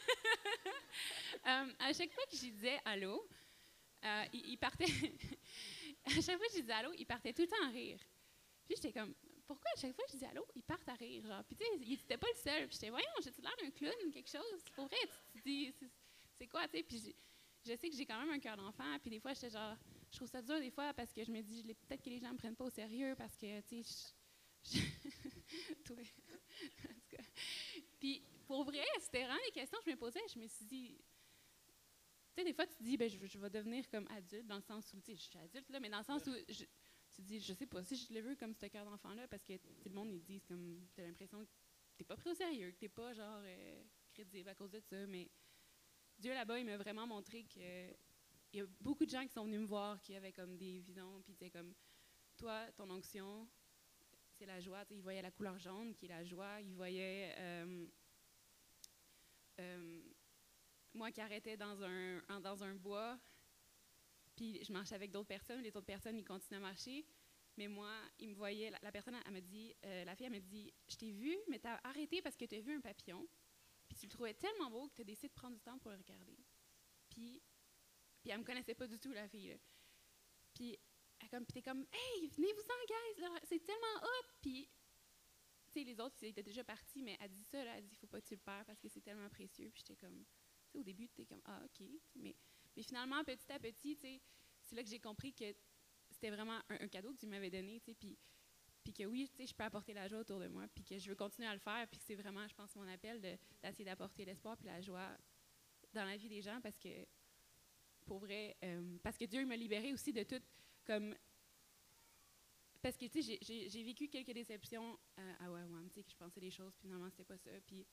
À chaque fois que je disais allô, il partait. À chaque fois que je disais allô, il partait tout le temps à rire. Puis j'étais comme, pourquoi à chaque fois que je dis allô, ils partent à rire, genre. Puis tu sais, il n'était pas le seul. Puis j'étais, voyons, j'ai-tu l'air d'un clown ou quelque chose? Pour vrai, tu te dis, c'est quoi, tu sais? Puis je sais que j'ai quand même un cœur d'enfant. Puis des fois, j'étais genre, je trouve ça dur des fois parce que je me dis, peut-être que les gens me prennent pas au sérieux parce que, tu sais, toi. En tout cas. Puis pour vrai, c'était vraiment des questions que je me posais. Je me suis dit, tu sais, des fois, tu te dis, je vais devenir comme adulte, dans le sens où, tu sais, je suis adulte, là, mais dans le sens où, tu te dis, je sais pas si je le veux comme ce cœur d'enfant-là, parce que tout le monde, ils disent comme, t'as l'impression que t'es pas pris au sérieux, que t'es pas, genre, crédible à cause de ça, mais Dieu, là-bas, il m'a vraiment montré que il y a beaucoup de gens qui sont venus me voir, qui avaient comme des visions, puis tu sais, comme, toi, ton onction, c'est la joie, tu sais, ils voyaient la couleur jaune, qui est la joie, ils voyaient... moi qui arrêtais dans un bois, puis je marchais avec d'autres personnes, les autres personnes, ils continuaient à marcher. Mais moi, ils me voyaient, la personne, elle me dit, la fille, elle me dit, je t'ai vu, mais t'as arrêté parce que t'as vu un papillon, puis tu le trouvais tellement beau que t'as décidé de prendre du temps pour le regarder. Puis elle me connaissait pas du tout, la fille, là. Puis t'es comme, hey, venez-vous-en, guys, là, c'est tellement hot! Puis, tu sais, les autres, ils étaient déjà partis, mais elle dit ça, là, elle dit, faut pas que tu le perds parce que c'est tellement précieux. Puis j'étais comme, tu sais, au début, t'es comme, ah, OK. Mais finalement, petit à petit, tu sais, c'est là que j'ai compris que c'était vraiment un cadeau que Dieu m'avait donné, tu sais, puis que oui, tu sais, je peux apporter la joie autour de moi, puis que je veux continuer à le faire, puis que c'est vraiment, je pense, mon appel d'essayer d'apporter l'espoir puis la joie dans la vie des gens, parce que, pour vrai, parce que Dieu m'a libérée aussi de tout, comme, parce que, tu sais, j'ai vécu quelques déceptions à Wawam, tu sais, que je pensais des choses, puis finalement, c'était pas ça, puis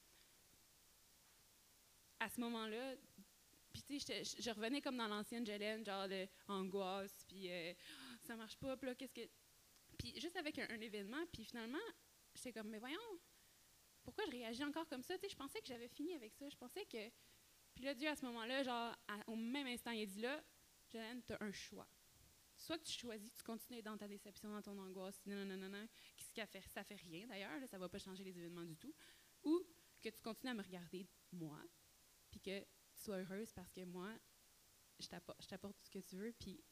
à ce moment-là, puis tu sais, je revenais comme dans l'ancienne Jolene, genre de angoisse, puis ça marche pas, puis là, qu'est-ce que... Puis juste avec un événement, puis finalement, j'étais comme, mais voyons, pourquoi je réagis encore comme ça? Tu sais, je pensais que j'avais fini avec ça, je pensais que... Puis là, Dieu, à ce moment-là, genre, au même instant, il a dit là, Jolene, t'as un choix. Soit que tu choisis, tu continues dans ta déception, dans ton angoisse, non, qu'est-ce qu'elle fait? Ça fait rien, d'ailleurs, là, ça va pas changer les événements du tout. Ou que tu continues à me regarder, moi, puis que tu sois heureuse parce que moi, je t'apporte tout ce que tu veux, puis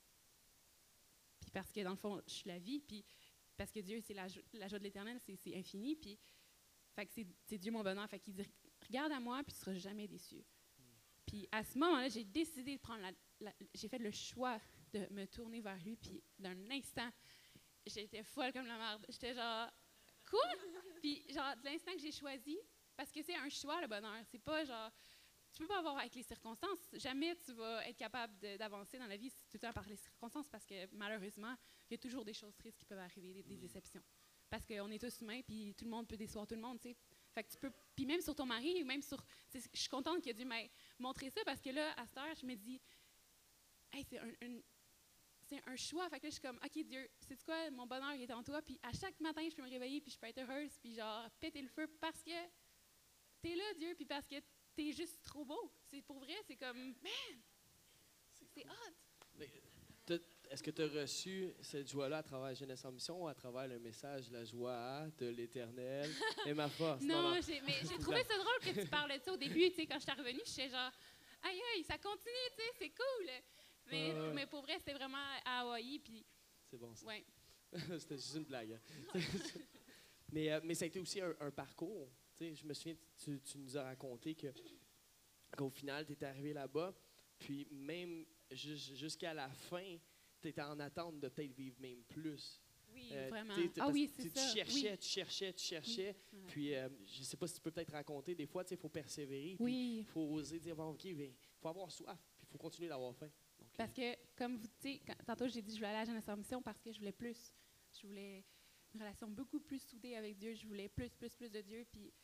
parce que, dans le fond, je suis la vie, puis parce que Dieu, c'est la joie de l'Éternel, c'est infini, puis fait que c'est Dieu mon bonheur, fait qu'il dit, regarde à moi, puis tu seras jamais déçu. Puis à ce moment-là, j'ai décidé de prendre j'ai fait le choix de me tourner vers lui, puis d'un instant, j'étais folle comme la merde. J'étais genre, quoi? Puis genre, de l'instant que j'ai choisi, parce que c'est un choix, le bonheur, c'est pas genre, tu peux pas avoir avec les circonstances. Jamais tu vas être capable d'avancer dans la vie tout le temps par les circonstances, parce que malheureusement, il y a toujours des choses tristes qui peuvent arriver, des déceptions. Parce qu'on est tous humains, puis tout le monde peut décevoir tout le monde, tu sais. Fait que tu peux, puis même sur ton mari, même sur, je suis contente qu'il a dû montrer ça, parce que là, à cette heure, je me dis, hey, c'est un choix. Fait que là, je suis comme, OK, Dieu, sais-tu quoi, mon bonheur, il est en toi, puis à chaque matin, je peux me réveiller, puis je peux être heureuse, puis genre, péter le feu, parce que t'es là, Dieu, puis parce que t'es juste trop beau. C'est pour vrai, c'est comme, man, c'est hot. Mais, est-ce que tu as reçu cette joie-là à travers Jeunesse en Mission ou à travers le message « La joie de l'Éternel est ma force » ? Non, mais j'ai trouvé ça drôle que tu parles de ça au début. Tu sais, quand je suis revenue, j'étais genre, aïe, aïe, ça continue, tu sais, c'est cool. Mais pour vrai, c'était vraiment à Hawaï. Puis, c'est bon, ça. Ouais. C'était juste une blague. Hein. mais ça a été aussi un parcours. Tu sais, je me souviens, tu nous as raconté qu'au final, tu étais arrivé là-bas, puis même jusqu'à la fin, tu étais en attente de peut-être vivre même plus. Oui, vraiment. Oui, c'est ça. Tu cherchais. Oui. Puis, je ne sais pas si tu peux peut-être raconter, des fois, il faut persévérer. Oui. Il faut oser dire, bon, OK, il faut avoir soif, puis il faut continuer d'avoir faim. Donc, parce que, comme vous dites, tantôt, j'ai dit que je voulais aller à la Jeunesse en Mission parce que je voulais plus. Je voulais une relation beaucoup plus soudée avec Dieu. Je voulais plus de Dieu.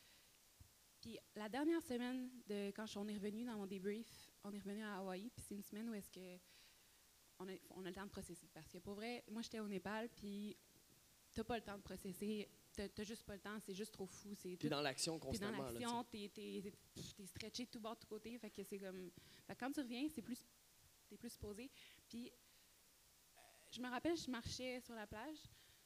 Puis la dernière semaine, quand on est revenu dans mon débrief, on est revenu à Hawaï, puis c'est une semaine où est-ce que on a le temps de processer. Parce que pour vrai, moi, j'étais au Népal, puis t'as pas le temps de processer. T'as juste pas le temps, c'est juste trop fou. T'es dans l'action constamment. T'es dans l'action, t'es stretché de tout bord, de tout côté. Fait que c'est comme... Fait que quand tu reviens, t'es plus posé. Puis, je me rappelle, je marchais sur la plage,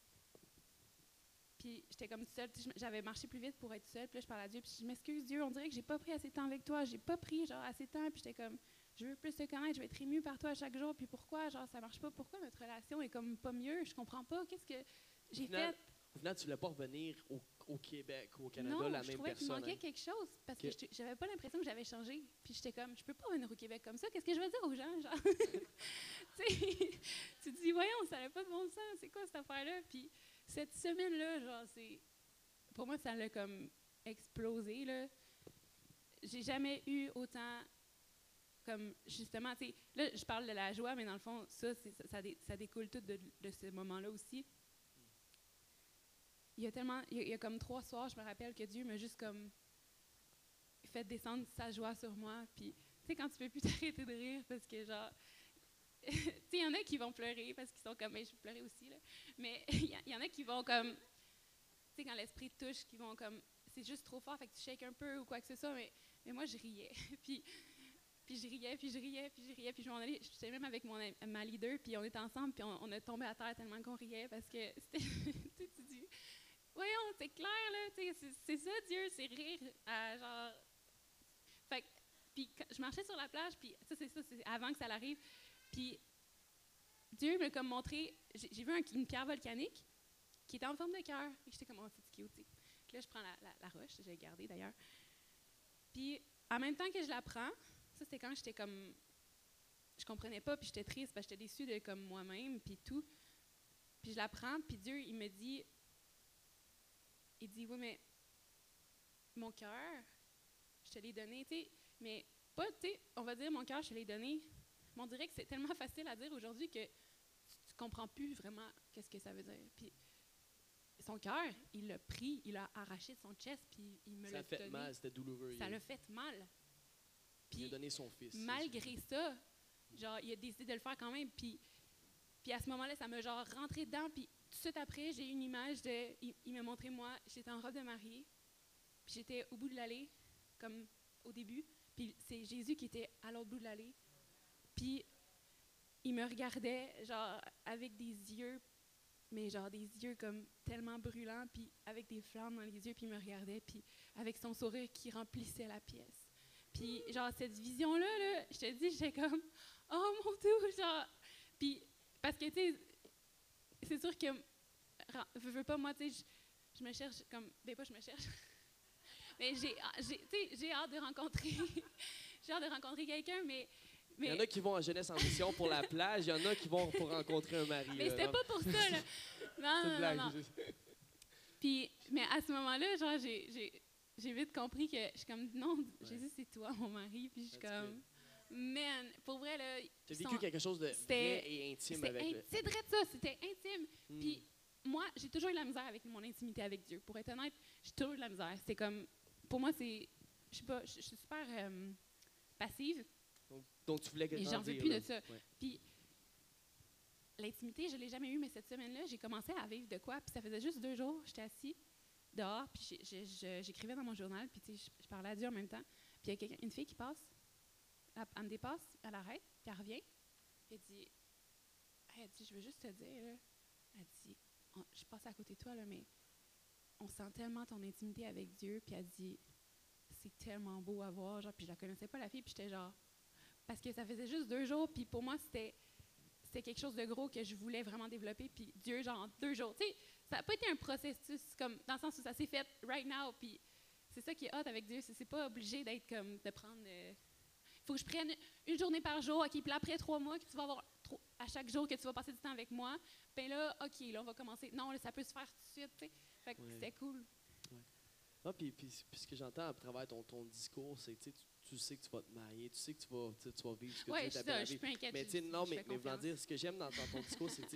puis j'étais comme toute seule. J'avais marché plus vite pour être seule, puis là, je parlais à Dieu, puis je m'excuse, Dieu, on dirait que j'ai pas pris assez de temps avec toi. J'ai pas pris, genre, assez de temps, puis j'étais comme... Je veux plus te connaître, je vais être émue par toi chaque jour. Puis pourquoi, genre, ça marche pas? Pourquoi notre relation est comme pas mieux? Je comprends pas. Qu'est-ce que j'ai fait? Au final, tu voulais pas revenir au Québec ou au Canada, non, la même personne. Non, je trouvais qu'il manquait quelque chose parce que j'avais pas l'impression que j'avais changé. Puis j'étais comme, je peux pas venir au Québec comme ça. Qu'est-ce que je vais dire aux gens, genre? Tu te dis, voyons, ça n'a pas de bon sens. C'est quoi cette affaire-là? Puis cette semaine-là, genre, pour moi, ça l'a comme explosé, là. J'ai jamais eu autant... Comme, justement, tu sais, là, je parle de la joie, mais dans le fond, ça découle tout de ce moment-là aussi. Il y a comme 3 soirs, je me rappelle que Dieu m'a juste comme fait descendre sa joie sur moi. Puis, tu sais, quand tu peux plus t'arrêter de rire, parce que genre, tu sais, il y en a qui vont pleurer parce qu'ils sont comme, je vais pleurer aussi, là. Mais il y en a qui vont comme, tu sais, quand l'esprit te touche, qui vont comme, c'est juste trop fort, fait que tu shakes un peu ou quoi que ce soit, mais moi, je riais. Puis, puis je riais, puis je riais, puis je riais, puis je m'en allais. J'étais même avec ma leader, puis on était ensemble, puis on a tombé à terre tellement qu'on riait, parce que c'était, tu dis, voyons, c'est clair, là, c'est ça, Dieu, c'est rire, genre, fait que, puis je marchais sur la plage, puis ça, c'est avant que ça l'arrive, puis Dieu m'a comme montré, j'ai vu une pierre volcanique qui était en forme de cœur, et j'étais comme, oh, c'est cute, tu sais. Puis là, je prends la roche, j'ai gardé d'ailleurs, puis en même temps que je la prends, ça, c'était quand j'étais comme, je comprenais pas, puis j'étais triste, parce que j'étais déçue de comme moi-même, puis tout, puis je la prends, puis Dieu, il me dit, oui, mais mon cœur, je te l'ai donné, tu sais, mais pas, tu sais, on va dire mon cœur, je te l'ai donné, mais on dirait que c'est tellement facile à dire aujourd'hui que tu comprends plus vraiment qu'est-ce que ça veut dire. Puis son cœur, il l'a pris, il l'a arraché de son chest, puis il me l'a donné. Ça a fait mal, c'était douloureux. Ça l'a fait mal. Puis il a donné son fils. Malgré ça, genre, il a décidé de le faire quand même, puis à ce moment-là, ça m'a genre rentré dedans, puis tout de suite après, j'ai eu une image de, il m'a montré moi, j'étais en robe de mariée, puis j'étais au bout de l'allée, comme au début, puis c'est Jésus qui était à l'autre bout de l'allée, puis il me regardait, genre, avec des yeux, mais genre des yeux comme tellement brûlants, puis avec des flammes dans les yeux, puis il me regardait, puis avec son sourire qui remplissait la pièce. Puis genre, cette vision-là, là, je te dis, j'étais comme, oh mon Dieu, genre, puis parce que, tu sais, c'est sûr que, veux pas, moi, tu sais, je me cherche comme, ben pas je me cherche, mais j'ai hâte de rencontrer, j'ai hâte de rencontrer quelqu'un, mais... Il y en a qui vont à Jeunesse en mission pour la plage, il y en a qui vont pour rencontrer un mari. Mais c'était pas pour ça, là. Non. Puis, mais à ce moment-là, genre, j'ai vite compris que je suis comme, non, Jésus, c'est toi, mon mari, puis je suis comme... Man, pour vrai, là... Tu as vécu quelque chose de vrai et intime avec lui. C'est vrai de ça, c'était intime. Puis moi, j'ai toujours eu de la misère avec mon intimité avec Dieu. Pour être honnête, j'ai toujours eu de la misère. C'est comme... Pour moi, c'est... Je sais pas, je suis super passive. Donc tu voulais grandir. Et j'en veux plus de ça. Ouais. Puis l'intimité, je ne l'ai jamais eue, mais cette semaine-là, j'ai commencé à vivre de quoi. Puis ça faisait juste 2 jours, j'étais assise dehors, puis j'écrivais dans mon journal, puis tu sais, je parlais à Dieu en même temps. Puis il y a une fille qui passe, elle me dépasse, elle arrête, puis elle revient, puis elle dit, je veux juste te dire, là, elle dit, je passe à côté de toi, là, mais on sent tellement ton intimité avec Dieu, puis elle dit, c'est tellement beau à voir, genre, puis je la connaissais pas, la fille, puis j'étais genre, parce que ça faisait juste 2 jours, puis pour moi, c'était quelque chose de gros que je voulais vraiment développer, puis Dieu, genre, en 2 jours, tu sais, ça n'a pas été un processus, comme, dans le sens où ça s'est fait right now, puis c'est ça qui est hot avec Dieu, c'est pas obligé d'être comme, de prendre... Il faut que je prenne une journée par jour, OK, puis là, après 3 mois, que tu vas avoir, à chaque jour que tu vas passer du temps avec moi, ben là, OK, là, on va commencer. Non, là, ça peut se faire tout de suite, tu sais. Fait que c'était cool. Ouais. Ah, puis ce que j'entends à travers ton discours, c'est que tu sais que tu vas te marier, tu sais que tu vas vivre ce que Dieu t'appelle à vivre. Je suis pas inquiète. Mais mais voulant dire, ce que j'aime dans ton discours, c'est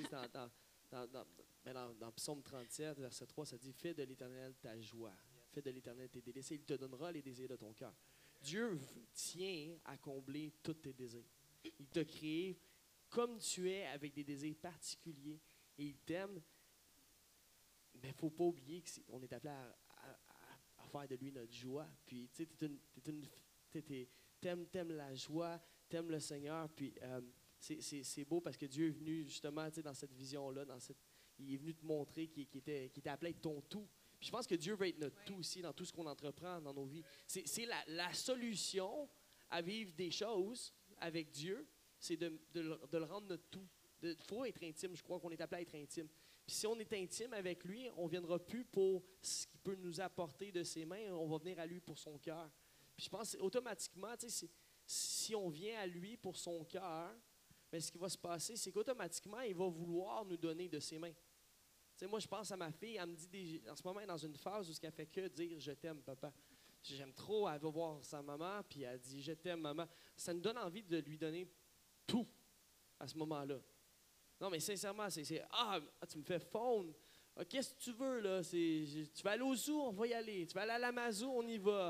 dans Psaume 37, verset 3, ça dit « Fais de l'Éternel ta joie, fais de l'Éternel tes délices, et il te donnera les désirs de ton cœur. » Dieu tient à combler tous tes désirs. Il t'a créé comme tu es, avec des désirs particuliers, et il t'aime. Mais il ne faut pas oublier qu'on est appelé à faire de lui notre joie. Puis, tu sais, t'aimes la joie, t'aimes le Seigneur. Puis, c'est beau parce que Dieu est venu, justement, tu sais, dans cette vision-là, il est venu te montrer qu'il était appelé à être ton tout. Puis, je pense que Dieu veut être notre tout aussi dans tout ce qu'on entreprend dans nos vies. C'est la solution à vivre des choses avec Dieu, c'est de le rendre notre tout. Il faut être intime, je crois qu'on est appelé à être intime. Puis si on est intime avec lui, on ne viendra plus pour ce qu'il peut nous apporter de ses mains, on va venir à lui pour son cœur. Puis je pense automatiquement, si on vient à lui pour son cœur, bien, ce qui va se passer, c'est qu'automatiquement, il va vouloir nous donner de ses mains. T'sais, moi, je pense à ma fille, elle me dit, en ce moment, elle est dans une phase où elle fait que dire « je t'aime, papa ». J'aime trop, elle va voir sa maman, puis elle dit « je t'aime, maman ». Ça nous donne envie de lui donner tout à ce moment-là. Non, mais sincèrement, c'est « Ah, tu me fais fondre. Ah, qu'est-ce que tu veux, là? Tu vas aller au zoo, on va y aller. Tu vas aller à l'Amazon, on y va. »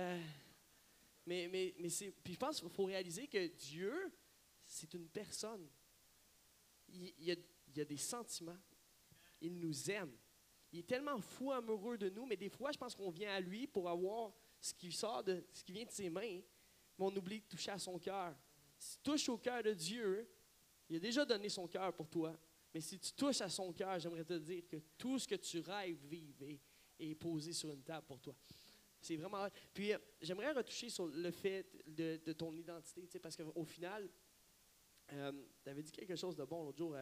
Mais puis je pense qu'il faut réaliser que Dieu, c'est une personne. Il y a des sentiments. Il nous aime. Il est tellement fou amoureux de nous, mais des fois, je pense qu'on vient à lui pour avoir ce qui vient de ses mains. mais on oublie de toucher à son cœur. Si tu touches au cœur de Dieu, il a déjà donné son cœur pour toi. Mais si tu touches à son cœur, j'aimerais te dire que tout ce que tu rêves vivre est posé sur une table pour toi. C'est vraiment... Puis j'aimerais retoucher sur le fait de ton identité, tu sais, parce qu'au final, tu avais dit quelque chose de bon l'autre jour,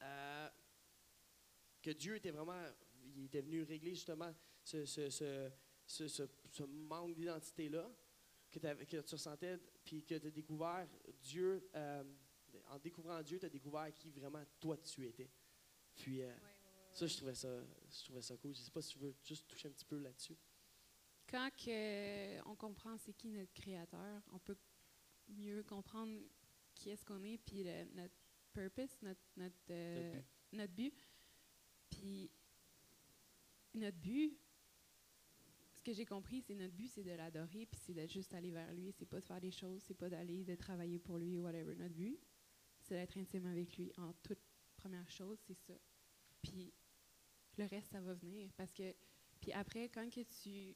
que Dieu était vraiment... Il était venu régler justement ce manque d'identité-là que tu ressentais, puis que tu as découvert Dieu... en découvrant Dieu, tu as découvert qui vraiment toi tu étais. Puis ça, je trouvais ça cool. Je ne sais pas si tu veux juste toucher un petit peu là-dessus. Quand on comprend c'est qui notre créateur, on peut mieux comprendre qui est-ce qu'on est, puis notre purpose, notre but. Puis notre but, ce que j'ai compris, c'est notre but, c'est de l'adorer, puis c'est de juste aller vers lui. C'est pas de faire des choses, c'est pas d'aller de travailler pour lui ou whatever. Notre but, c'est d'être intime avec lui en toute première chose, c'est ça. Puis le reste, ça va venir. Parce que, puis après, quand tu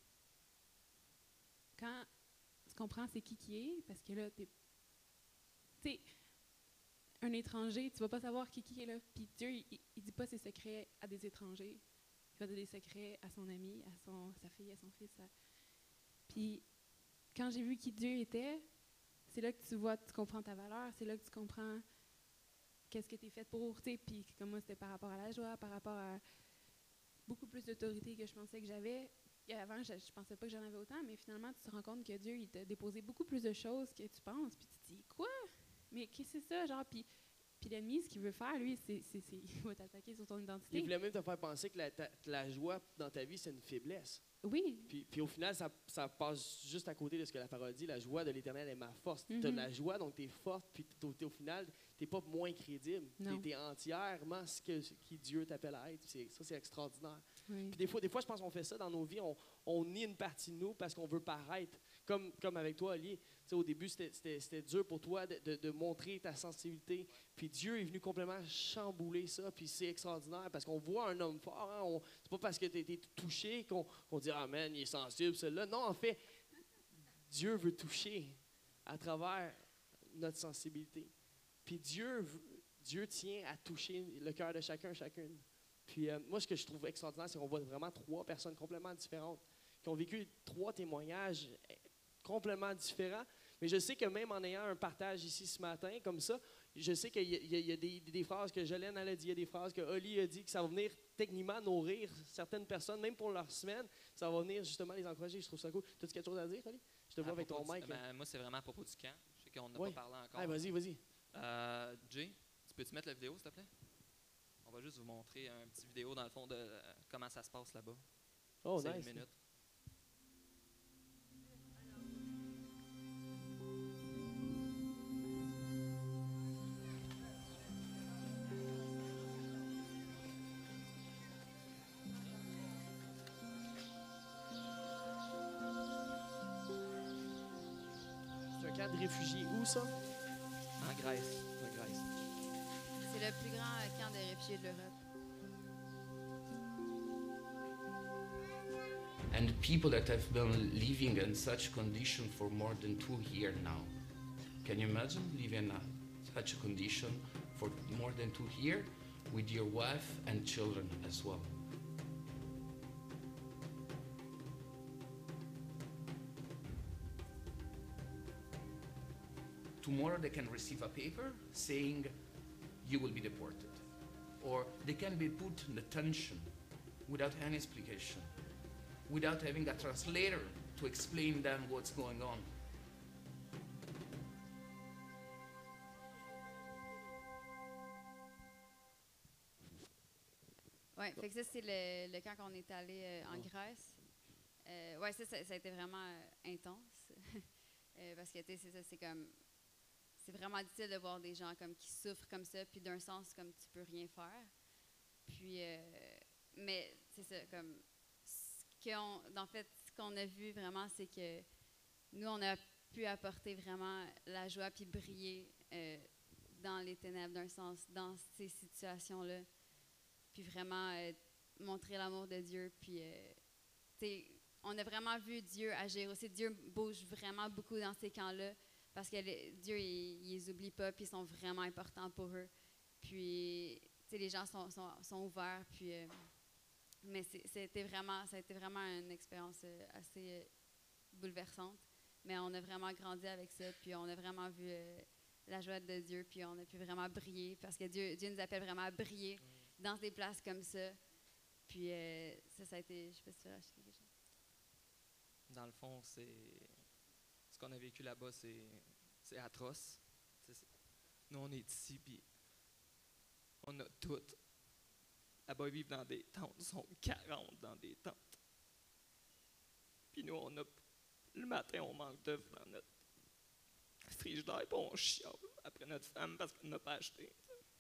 comprends c'est qui est, parce que là, tu sais, un étranger, tu vas pas savoir qui est là. Puis Dieu, il dit pas ses secrets à des étrangers. Il va donner des secrets à son ami, à sa fille, à son fils. Puis quand j'ai vu qui Dieu était, c'est là que tu comprends ta valeur, c'est là que tu comprends qu'est-ce que tu es fait pour, tu sais. Puis comme moi, c'était par rapport à la joie, par rapport à beaucoup plus d'autorité que je pensais que j'avais. Et avant, je pensais pas que j'en avais autant, mais finalement, tu te rends compte que Dieu, il t'a déposé beaucoup plus de choses que tu penses. Puis tu te dis, quoi? Mais qu'est-ce que c'est ça? Genre, puis l'ennemi, ce qu'il veut faire, lui, il va t'attaquer sur ton identité. Il voulait même te faire penser que la joie dans ta vie, c'est une faiblesse. Oui. Puis au final, ça passe juste à côté de ce que la parole dit. La joie de l'Éternel est ma force. Tu as de la joie, donc tu es forte, puis au final, tu n'es pas moins crédible. Tu es entièrement qui Dieu t'appelle à être. Ça, c'est extraordinaire. Oui. Puis des fois, je pense qu'on fait ça dans nos vies. On nie une partie de nous parce qu'on veut paraître. Comme avec toi, Ali. Au début, c'était dur pour toi de montrer ta sensibilité. Puis Dieu est venu complètement chambouler ça. Puis c'est extraordinaire parce qu'on voit un homme fort. Hein? C'est pas parce que tu as été touché qu'on dit « Ah, man, il est sensible, celui-là. » Non, en fait, Dieu veut toucher à travers notre sensibilité. Puis Dieu tient à toucher le cœur de chacune. Puis moi, ce que je trouve extraordinaire, c'est qu'on voit vraiment 3 personnes complètement différentes qui ont vécu 3 témoignages complètement différents. Mais je sais que même en ayant un partage ici ce matin, comme ça, je sais qu'il y a des phrases que Jolène a dit, il y a des phrases que Oli a dit, que ça va venir techniquement nourrir certaines personnes, même pour leur semaine, ça va venir justement les encourager. Je trouve ça cool. Tu as quelque chose à dire, Oli? Je te vois avec ton mic. Moi, c'est vraiment à propos du camp. Je sais qu'on n'a pas parlé encore. Ah, vas-y. Jay, tu peux-tu mettre la vidéo, s'il te plaît? On va juste vous montrer un petit vidéo, dans le fond, de comment ça se passe là-bas. Oh, c'est nice. 1 minute. C'est un camp de réfugiés. Où, ça? En Grèce. C'est le plus grand camp de réfugiés de l'Europe. And the people that have been living in such condition for more than 2 years now. Can you imagine living in such a condition for more than 2 years with your wife and children as well? Tomorrow they can receive a paper saying you will be deported. Or they can be put in detention without any explication, without having a translator to explain them what's going on. Oui, fait que ça, c'est le camp qu'on est allé en Grèce. Oui, ça a été vraiment intense. Parce que, tu sais, c'est ça, c'est comme... C'est vraiment difficile de voir des gens comme qui souffrent comme ça, puis d'un sens, comme tu peux rien faire. Puis, mais c'est ça, comme... En fait, ce qu'on a vu vraiment, c'est que nous, on a pu apporter vraiment la joie puis briller dans les ténèbres, d'un sens, dans ces situations-là. Puis vraiment montrer l'amour de Dieu. Puis, tu sais, on a vraiment vu Dieu agir aussi. Dieu bouge vraiment beaucoup dans ces camps-là parce que Dieu, il les oublie pas, puis ils sont vraiment importants pour eux. Puis, tu sais, les gens sont ouverts, puis... mais ça a été vraiment une expérience assez bouleversante. Mais on a vraiment grandi avec ça, puis on a vraiment vu la joie de Dieu, puis on a pu vraiment briller, parce que Dieu nous appelle vraiment à briller dans des places comme ça. Puis ça a été... Je sais pas si tu veux rajouter quelque chose. Dans le fond, ce qu'on a vécu là-bas, c'est atroce. Nous, on est ici, puis on a tout. Là-bas, ils vivent dans des tentes. Ils sont 40 dans des tentes. Puis nous, le matin, on manque d'œufs dans notre frigidaire, puis on chiale après notre femme parce qu'elle n'a pas acheté.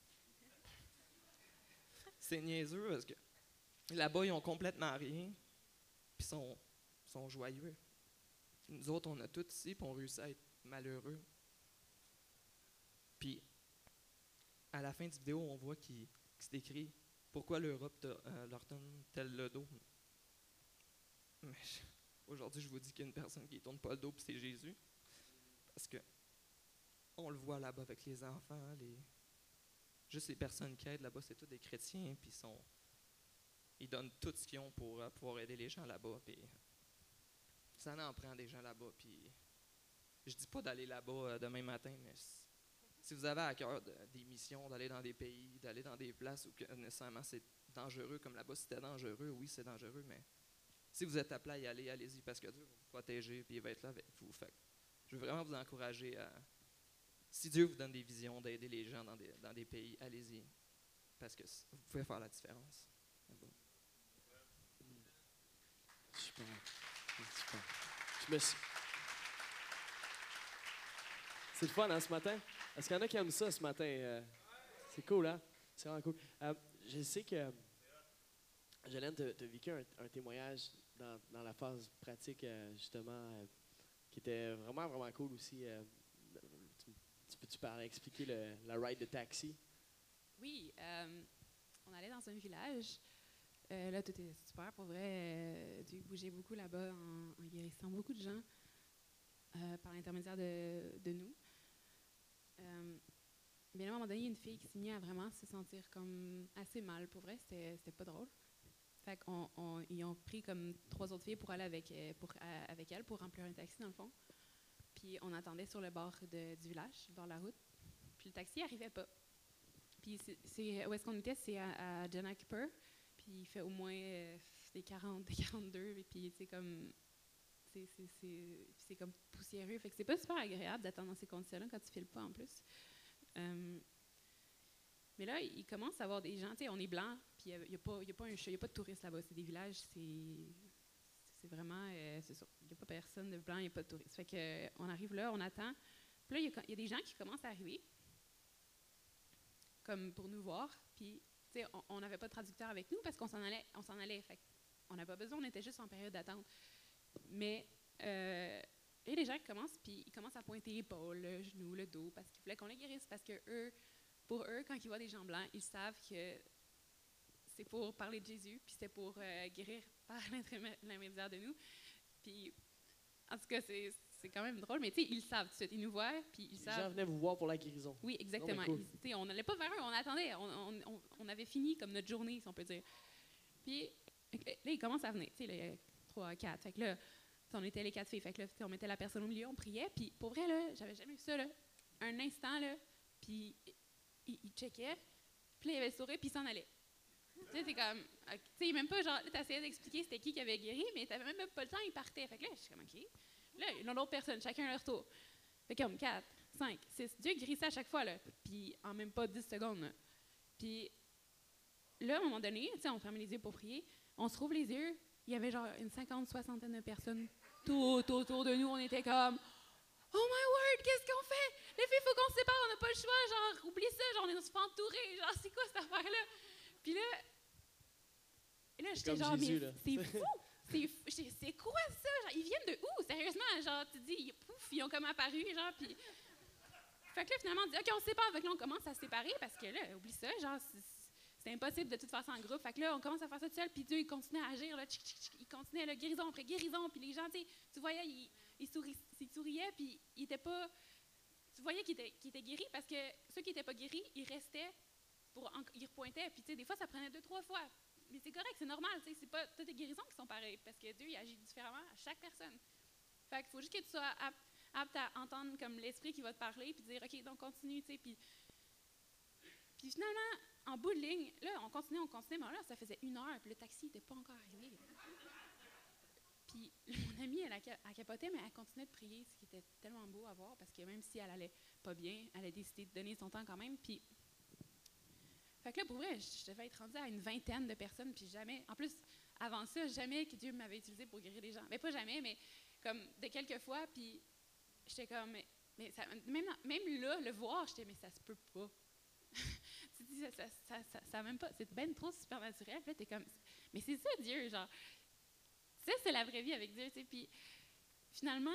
C'est niaiseux parce que là-bas, ils ont complètement rien, puis sont joyeux. Nous autres, on a tout ici, puis on réussit à être malheureux. Puis, à la fin de la vidéo, on voit qu'il s'est écrit « Pourquoi l'Europe leur tourne-t-elle le dos? » Mais aujourd'hui, je vous dis qu'il y a une personne qui ne tourne pas le dos, puis c'est Jésus. Parce que on le voit là-bas avec les enfants, juste les personnes qui aident là-bas, c'est tous des chrétiens, puis ils donnent tout ce qu'ils ont pour pouvoir aider les gens là-bas. Puis ça en prend des gens là-bas. Puis je dis pas d'aller là-bas demain matin, mais si vous avez à cœur des missions, d'aller dans des pays, d'aller dans des places où nécessairement c'est dangereux, comme là-bas c'était dangereux, oui c'est dangereux, mais si vous êtes appelé à y aller, allez-y, parce que Dieu va vous protéger, puis il va être là avec vous. Fait que je veux vraiment vous encourager à, si Dieu vous donne des visions d'aider les gens dans des pays, allez-y, parce que vous pouvez faire la différence. Super. Super. Je me suis... C'est le fun, hein, ce matin? Est-ce qu'il y en a qui aiment ça ce matin? C'est cool, hein? C'est vraiment cool. Je sais que Jolene, tu as vécu un témoignage dans la phase pratique, justement, qui était vraiment, vraiment cool aussi. Tu peux expliquer la ride de taxi? Oui, on allait dans un village. Là, tout était super, pour vrai. Dieu bougeait beaucoup là-bas en guérissant beaucoup de gens par l'intermédiaire de nous. Mais là, à un moment donné, il y a une fille qui s'est mise à vraiment se sentir comme assez mal. Pour vrai, c'était pas drôle. Fait qu'ils ont pris comme 3 autres filles pour aller avec elle pour remplir un taxi, dans le fond. Puis on attendait sur le bord du village, sur le bord de la route. Puis le taxi n'arrivait pas. Puis où est-ce qu'on était? C'est à Janakiper. Puis il fait au moins des 40, des 42. Et puis, tu sais, comme... C'est comme poussiéreux. Fait que c'est pas super agréable d'attendre dans ces conditions-là quand tu files pas, en plus. Mais là, il commence à avoir des gens... Tu sais, on est blanc, puis il n'y a pas de touristes là-bas. C'est des villages, c'est vraiment... c'est ça. Il n'y a pas personne de blanc, il n'y a pas de touristes. Fait qu'on arrive là, on attend. Puis là, il y a des gens qui commencent à arriver, comme pour nous voir. Puis, tu sais, on n'avait pas de traducteur avec nous parce qu'on s'en allait. Fait qu'on n'avait pas besoin, on était juste en période d'attente. Mais et les gens qui commencent, puis ils commencent à pointer l'épaule, le genou, le dos, parce qu'ils voulaient qu'on les guérisse. Parce que pour eux, quand ils voient des gens blancs, ils savent que c'est pour parler de Jésus, puis c'est pour guérir par l'intermédiaire de nous. Puis, en tout cas, c'est quand même drôle, mais tu sais, ils savent tout de suite. Ils nous voient, puis ils savent. Les gens venaient vous voir pour la guérison. Oui, exactement. Cool. On n'allait pas vers eux, on attendait. On avait fini comme notre journée, si on peut dire. Puis là, ils commencent à venir, tu sais, les 3, 4. Fait que là, on était les 4 filles. Fait que là, on mettait la personne au milieu, on priait. Puis pour vrai, là, j'avais jamais vu ça, là. Un instant, là, puis il checkait. Puis là, il avait le sourire, puis il s'en allait. Tu sais, c'est comme... Tu sais, même pas, genre, là, t'essayais d'expliquer c'était qui avait guéri, mais t'avais même pas le temps, il partait. Fait que là, je suis comme, OK. Là, il y a l'autre personne, chacun à leur tour. Fait comme 4, 5, 6. Dieu guérissait à chaque fois, là. Puis en même pas 10 secondes, là. Puis là, à un moment donné, tu sais, on fermait les yeux pour prier. On se rouvre les yeux. Il y avait genre une 50, 60 de personnes tout autour de nous. On était comme, oh my word, qu'est-ce qu'on fait? Les filles, il faut qu'on se sépare, on n'a pas le choix. Genre, oublie ça, genre, on se fait entourer. Genre, c'est quoi cette affaire-là? Puis là, j'étais genre, Jésus, mais c'est fou! C'est quoi ça? Genre, ils viennent de où? Sérieusement, genre, tu dis, pouf, ils ont comme apparu, genre, puis... Fait que là, finalement, on dit, OK, on se sépare. Fait que là, on commence à se séparer parce que là, oublie ça, genre, c'était impossible de tout faire ça en groupe. Fait que là, on commence à faire ça tout seul, puis Dieu, il continue à agir, là, il continuait, là, guérison après guérison, puis les gens, tu voyais, ils souriaient, puis il était pas... Tu voyais qu'il était guéri, parce que ceux qui n'étaient pas guéris, ils restaient, ils repointaient, puis des fois, ça prenait 2-3 fois. Mais c'est correct, c'est normal, c'est pas toutes les guérisons qui sont pareilles, parce que Dieu, il agit différemment à chaque personne. Fait qu'il faut juste que tu sois apte à entendre comme l'esprit qui va te parler, puis dire, OK, donc continue, tu sais, puis finalement, en bout de ligne, là, on continuait, mais là, ça faisait 1 heure, puis le taxi n'était pas encore arrivé. Puis mon amie, elle capotait, mais elle continuait de prier, ce qui était tellement beau à voir, parce que même si elle allait pas bien, elle a décidé de donner son temps quand même, puis... Fait que là, pour vrai, je devais être rendue à une 20aine de personnes, puis jamais... En plus, avant ça, jamais que Dieu m'avait utilisé pour guérir des gens. Mais pas jamais, mais comme de quelques fois, puis j'étais comme... Mais ça, même là, le voir, j'étais, mais ça se peut pas. Tu dis, ça même pas... C'est ben trop supernaturel, puis là, t'es comme... Mais c'est ça, Dieu, genre... Ça, c'est la vraie vie avec Dieu, tu sais, puis finalement...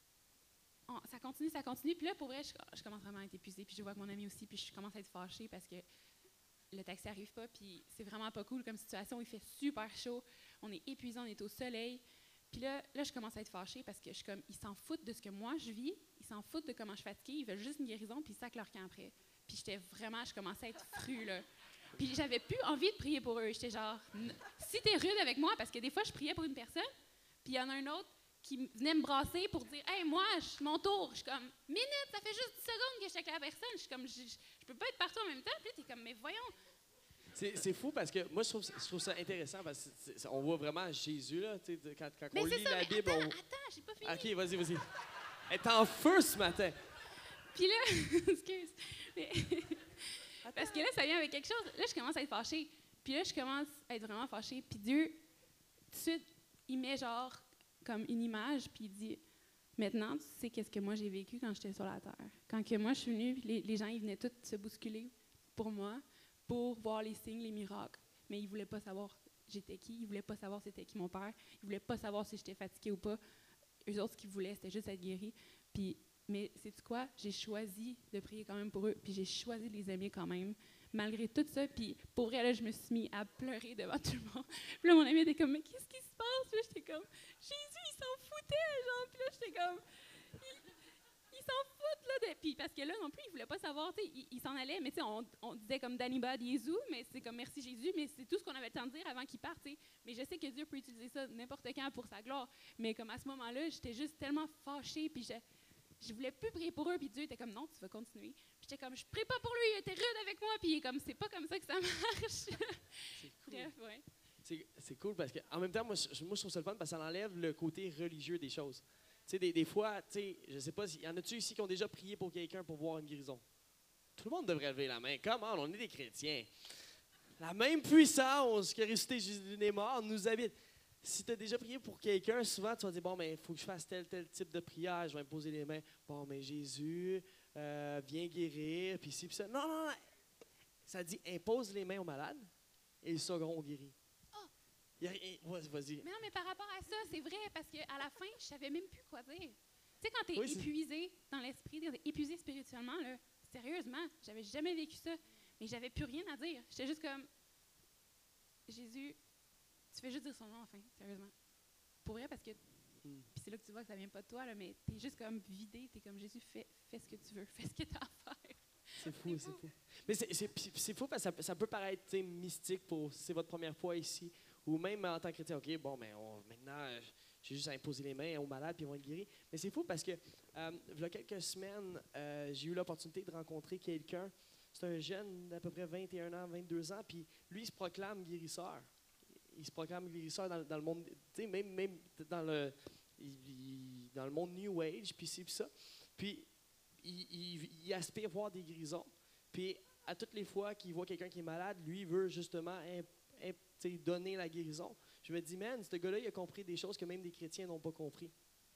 ça continue, puis là, pour vrai, je commence vraiment à être épuisée, puis je vois que mon ami aussi, puis je commence à être fâchée parce que le taxi n'arrive pas, puis c'est vraiment pas cool comme situation, il fait super chaud, on est épuisé, on est au soleil, puis là, je commence à être fâchée parce que je suis comme, ils s'en foutent de ce que moi je vis, ils s'en foutent de comment je suis fatiguée, ils veulent juste une guérison, puis ils sacent leur camp après. Puis je commençais à être frue, là. Puis j'avais plus envie de prier pour eux, j'étais genre, si t'es rude avec moi, parce que des fois, je priais pour une personne, puis il y en a un autre qui venait me brasser pour dire « Hey, moi, mon tour! » Je suis comme « Minute, ça fait juste 10 secondes que je suis avec la personne. » Je suis comme « Je peux pas être partout en même temps. » Puis t'es comme « Mais voyons! » C'est fou parce que moi, je trouve ça intéressant parce qu'on voit vraiment Jésus, là, tu sais, quand on lit la Bible. Attends, j'ai pas fini. OK, vas-y. Elle est en feu ce matin. Puis là, excuse, mais parce que là, ça vient avec quelque chose. Là, je commence à être fâchée. Puis là, je commence à être vraiment fâchée. Puis Dieu, tout de suite, il met genre comme une image, puis il dit « Maintenant, tu sais qu'est-ce que moi j'ai vécu quand j'étais sur la terre. Quand que moi, je suis venue, les gens, ils venaient tous se bousculer pour moi, pour voir les signes, les miracles. Mais ils ne voulaient pas savoir j'étais qui. Ils ne voulaient pas savoir c'était qui mon père. Ils ne voulaient pas savoir si j'étais fatiguée ou pas. Eux autres, ce qu'ils voulaient, c'était juste être guéris. Mais sais-tu quoi? J'ai choisi de prier quand même pour eux, puis j'ai choisi de les aimer quand même, malgré tout ça. Puis pour vrai, là, je me suis mis à pleurer devant tout le monde. Puis là, mon ami était comme « Mais qu'est-ce qui se passe? » Puis là, j'étais comme « Jésus, il s'en foutait! » genre. Puis là, j'étais comme... Il s'en fout, là, puis parce que là, non plus, il voulait pas savoir, tu sais, il s'en allait, mais tu sais, on disait comme Danny Bad Jésus, mais c'est comme merci Jésus, mais c'est tout ce qu'on avait le temps de dire avant qu'il parte, tu sais. Mais je sais que Dieu peut utiliser ça n'importe quand pour sa gloire, mais comme à ce moment-là, j'étais juste tellement fâchée, puis je voulais plus prier pour eux, puis Dieu était comme non, tu vas continuer. Puis j'étais comme je prie pas pour lui, il était rude avec moi, puis il est comme c'est pas comme ça que ça marche. C'est cool. Bref, ouais. C'est cool parce qu'en même temps, moi, je trouve ça le fun parce que ça enlève le côté religieux des choses. Tu sais, des fois, tu sais, je sais pas, y en a-tu ici qui ont déjà prié pour quelqu'un pour voir une guérison? Tout le monde devrait lever la main. Comment? On est des chrétiens. La même puissance qui a ressuscité Jésus des morts nous habite. Si tu as déjà prié pour quelqu'un, souvent tu vas dire, bon, mais il faut que je fasse tel type de prière, je vais me poser les mains. Bon, mais Jésus, viens guérir, puis ci, puis ça. Non. Ça dit, impose les mains aux malades et ils seront guéris. Vas-y. Mais non, mais par rapport à ça, c'est vrai, parce qu'à la fin, je savais même plus quoi dire. Tu sais, quand tu es épuisé dans l'esprit, épuisé spirituellement, là, sérieusement, j'avais jamais vécu ça, mais j'avais plus rien à dire. J'étais juste comme, Jésus, tu fais juste dire son nom, enfin, sérieusement. Pour vrai, parce que, puis c'est là que tu vois que ça vient pas de toi, là, mais tu es juste comme vidé, tu es comme, Jésus, fais ce que tu veux, fais ce que tu as à faire. C'est fou. Mais c'est fou parce que ça peut paraître mystique pour si c'est votre première fois ici, ou même en tant que chrétien, OK, bon, mais maintenant, j'ai juste à imposer les mains aux malades puis ils vont être guéris. Mais c'est fou parce que, il y a quelques semaines, j'ai eu l'opportunité de rencontrer quelqu'un. C'est un jeune d'à peu près 21 ans, 22 ans, puis lui, il se proclame guérisseur. Il se proclame guérisseur dans le monde, tu sais, même dans le monde New Age, puis ci, puis ça. Puis, il aspire voir des guérisons. Puis, à toutes les fois qu'il voit quelqu'un qui est malade, lui, il veut justement donner la guérison. Je me dis, man, ce gars-là, il a compris des choses que même des chrétiens n'ont pas compris.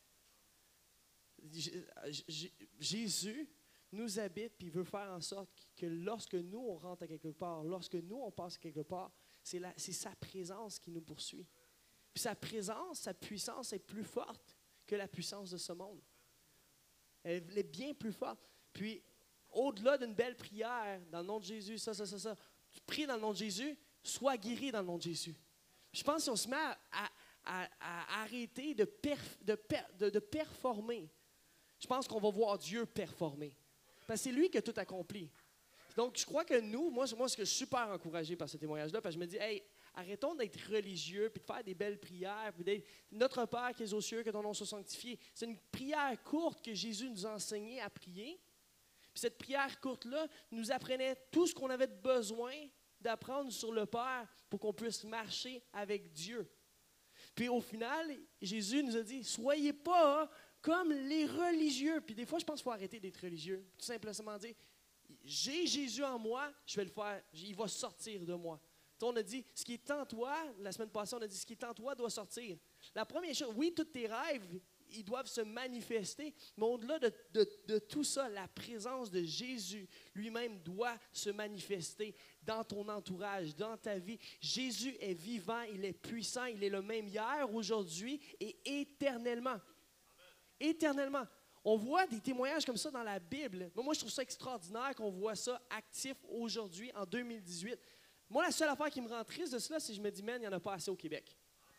Jésus nous habite, puis il veut faire en sorte que lorsque nous, on rentre à quelque part, lorsque nous, on passe à quelque part, c'est sa présence qui nous poursuit. Puis sa présence, sa puissance est plus forte que la puissance de ce monde. Elle est bien plus forte. Puis, au-delà d'une belle prière, dans le nom de Jésus, ça, prie dans le nom de Jésus, sois guéri dans le nom de Jésus. Je pense que si on se met à arrêter de performer, je pense qu'on va voir Dieu performer. Parce que c'est lui qui a tout accompli. Donc, je crois que nous, moi ce que je suis super encouragé par ce témoignage-là, parce que je me dis, hey, arrêtons d'être religieux, puis de faire des belles prières, puis d'être Notre Père qui es aux cieux, que ton nom soit sanctifié. C'est une prière courte que Jésus nous a enseigné à prier. Puis cette prière courte-là nous apprenait tout ce qu'on avait besoin d'apprendre sur le Père pour qu'on puisse marcher avec Dieu. Puis au final, Jésus nous a dit, soyez pas comme les religieux. Puis des fois, je pense qu'il faut arrêter d'être religieux. Tout simplement dire, j'ai Jésus en moi, je vais le faire, il va sortir de moi. On a dit, ce qui est en toi, la semaine passée, on a dit, ce qui est en toi doit sortir. La première chose, oui, tous tes rêves, ils doivent se manifester, mais au-delà de tout ça, la présence de Jésus lui-même doit se manifester dans ton entourage, dans ta vie. Jésus est vivant, il est puissant, il est le même hier, aujourd'hui et éternellement. Éternellement. On voit des témoignages comme ça dans la Bible. Moi, je trouve ça extraordinaire qu'on voit ça actif aujourd'hui, en 2018. Moi, la seule affaire qui me rend triste de cela, c'est que je me dis, man, il n'y en a pas assez au Québec.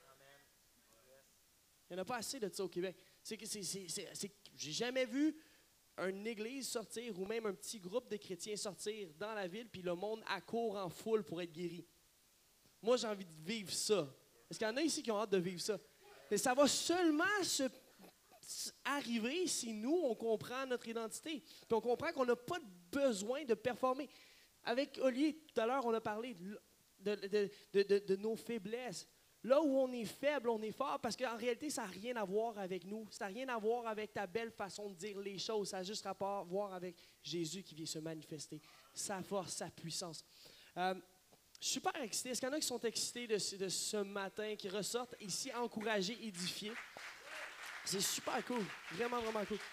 Il n'y en a pas assez de ça au Québec. J'ai jamais vu une église sortir ou même un petit groupe de chrétiens sortir dans la ville puis le monde accourt en foule pour être guéri. Moi, j'ai envie de vivre ça. Est-ce qu'il y en a ici qui ont hâte de vivre ça? Mais ça va seulement arriver si nous, on comprend notre identité. Puis on comprend qu'on n'a pas besoin de performer. Avec Olivier, tout à l'heure, on a parlé de nos faiblesses. Là où on est faible, on est fort, parce qu'en réalité, ça n'a rien à voir avec nous. Ça n'a rien à voir avec ta belle façon de dire les choses. Ça a juste rapport à voir avec Jésus qui vient se manifester. Sa force, sa puissance. Je suis super excité. Est-ce qu'il y en a qui sont excités de ce matin, qui ressortent ici encouragés, édifiés? C'est super cool. Vraiment, vraiment cool.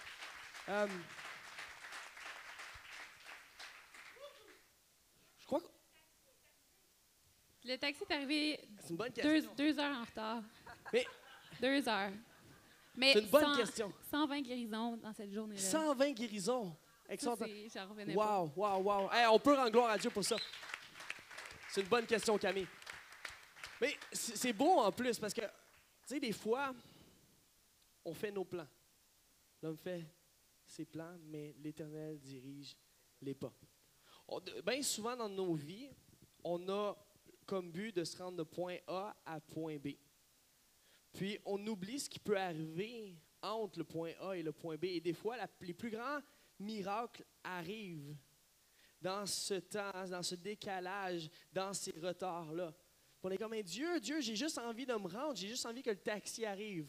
Je crois que... Le taxi est arrivé C'est une bonne question. 2 heures en retard. Mais 2 heures. Mais c'est une bonne question. 120 guérisons dans cette journée-là. 120 guérisons. Ça, Extraordinaire. j'en revenais pas. Wow. Hey, on peut rendre gloire à Dieu pour ça. C'est une bonne question, Camille. Mais c'est beau en plus parce que, tu sais, des fois, on fait nos plans. L'homme fait ses plans, mais l'Éternel dirige les pas. Bien souvent dans nos vies, on a comme but de se rendre de point A à point B. Puis, on oublie ce qui peut arriver entre le point A et le point B. Et des fois, les plus grands miracles arrivent dans ce temps, dans ce décalage, dans ces retards-là. On est comme, Dieu, j'ai juste envie de me rendre, j'ai juste envie que le taxi arrive.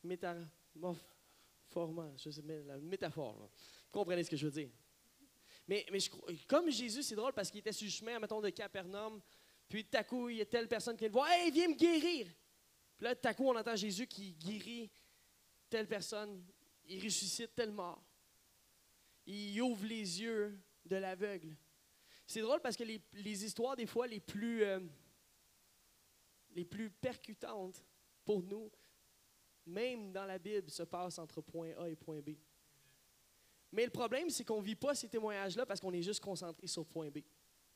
Je sais, la métaphore. Là. Vous comprenez ce que je veux dire? Mais comme Jésus, c'est drôle parce qu'il était sur le chemin, mettons, de Capernaum, puis tout à coup, il y a telle personne qui le voit, « Hey, viens me guérir! » Puis là, tout à coup, on entend Jésus qui guérit telle personne, il ressuscite tel mort. Il ouvre les yeux de l'aveugle. C'est drôle parce que les histoires, des fois, les plus percutantes pour nous, même dans la Bible, se passent entre point A et point B. Mais le problème, c'est qu'on ne vit pas ces témoignages-là parce qu'on est juste concentré sur point B.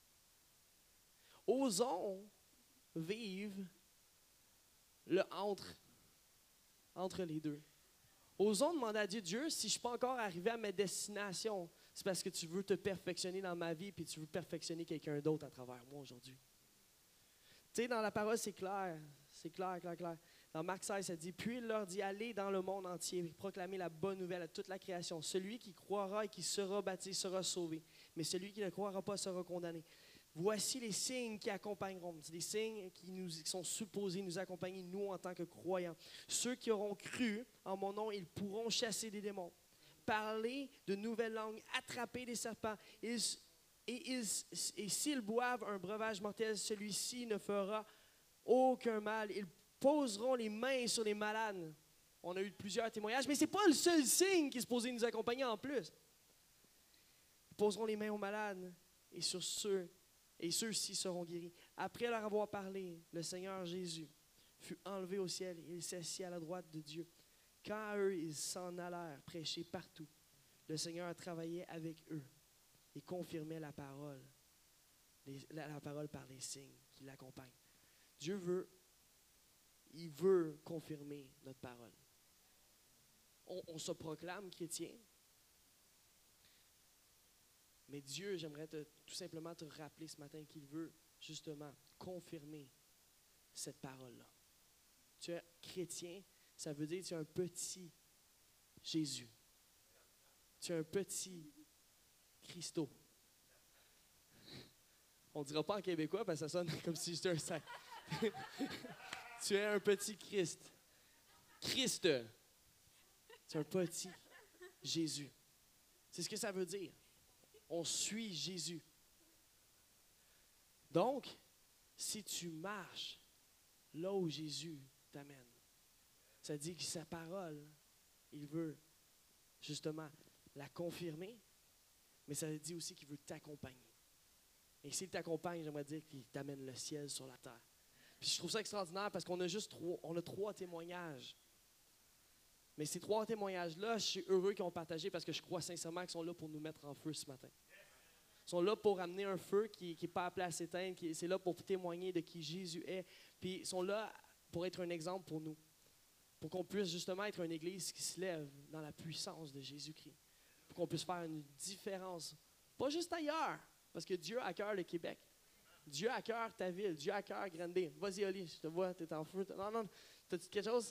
Osons vivre le entre les deux. Osons demander à Dieu, si je ne suis pas encore arrivé à ma destination, c'est parce que tu veux te perfectionner dans ma vie et tu veux perfectionner quelqu'un d'autre à travers moi aujourd'hui. Tu sais, dans la parole, c'est clair. C'est clair. Dans Marc 16, ça dit, « Puis il leur dit, allez dans le monde entier, proclamez la bonne nouvelle à toute la création. Celui qui croira et qui sera baptisé sera sauvé, mais celui qui ne croira pas sera condamné. Voici les signes qui accompagneront. » C'est des signes qui sont supposés nous accompagner, nous, en tant que croyants. Ceux qui auront cru en mon nom, ils pourront chasser des démons, parler de nouvelles langues, attraper des serpents. Et s'ils boivent un breuvage mortel, celui-ci ne fera aucun mal. Ils poseront les mains sur les malades. On a eu plusieurs témoignages, mais ce n'est pas le seul signe qui est supposé nous accompagner en plus. Ils poseront les mains aux malades et sur ceux-ci seront guéris. Après leur avoir parlé, le Seigneur Jésus fut enlevé au ciel et il s'assit à la droite de Dieu. Quand eux, ils s'en allèrent prêcher partout, le Seigneur travaillait avec eux et confirmait la parole la parole par les signes qui l'accompagnent. Dieu il veut confirmer notre parole. On se proclame chrétien, mais Dieu, j'aimerais tout simplement te rappeler ce matin qu'il veut justement confirmer cette parole-là. Tu es chrétien, ça veut dire que tu es un petit Jésus. Tu es un petit Christo. On ne dira pas en québécois parce que ça sonne comme si j'étais un sac. Tu es un petit Christ. Christ. Tu es un petit Jésus. C'est ce que ça veut dire. On suit Jésus. Donc, si tu marches là où Jésus t'amène, ça dit que sa parole, il veut justement la confirmer, mais ça dit aussi qu'il veut t'accompagner. Et s'il t'accompagne, j'aimerais dire qu'il t'amène le ciel sur la terre. Puis je trouve ça extraordinaire parce qu'on a trois témoignages. Mais ces trois témoignages-là, je suis heureux qu'ils ont partagé parce que je crois sincèrement qu'ils sont là pour nous mettre en feu ce matin. Ils sont là pour amener un feu qui n'est pas appelé à s'éteindre, c'est là pour témoigner de qui Jésus est. Puis ils sont là pour être un exemple pour nous. Pour qu'on puisse justement être une église qui se lève dans la puissance de Jésus-Christ. Pour qu'on puisse faire une différence. Pas juste ailleurs, parce que Dieu a à cœur le Québec. Dieu a à cœur ta ville. Dieu a à cœur Granby. Vas-y, Oli, je te vois, tu es en feu. Non, t'as-tu quelque chose?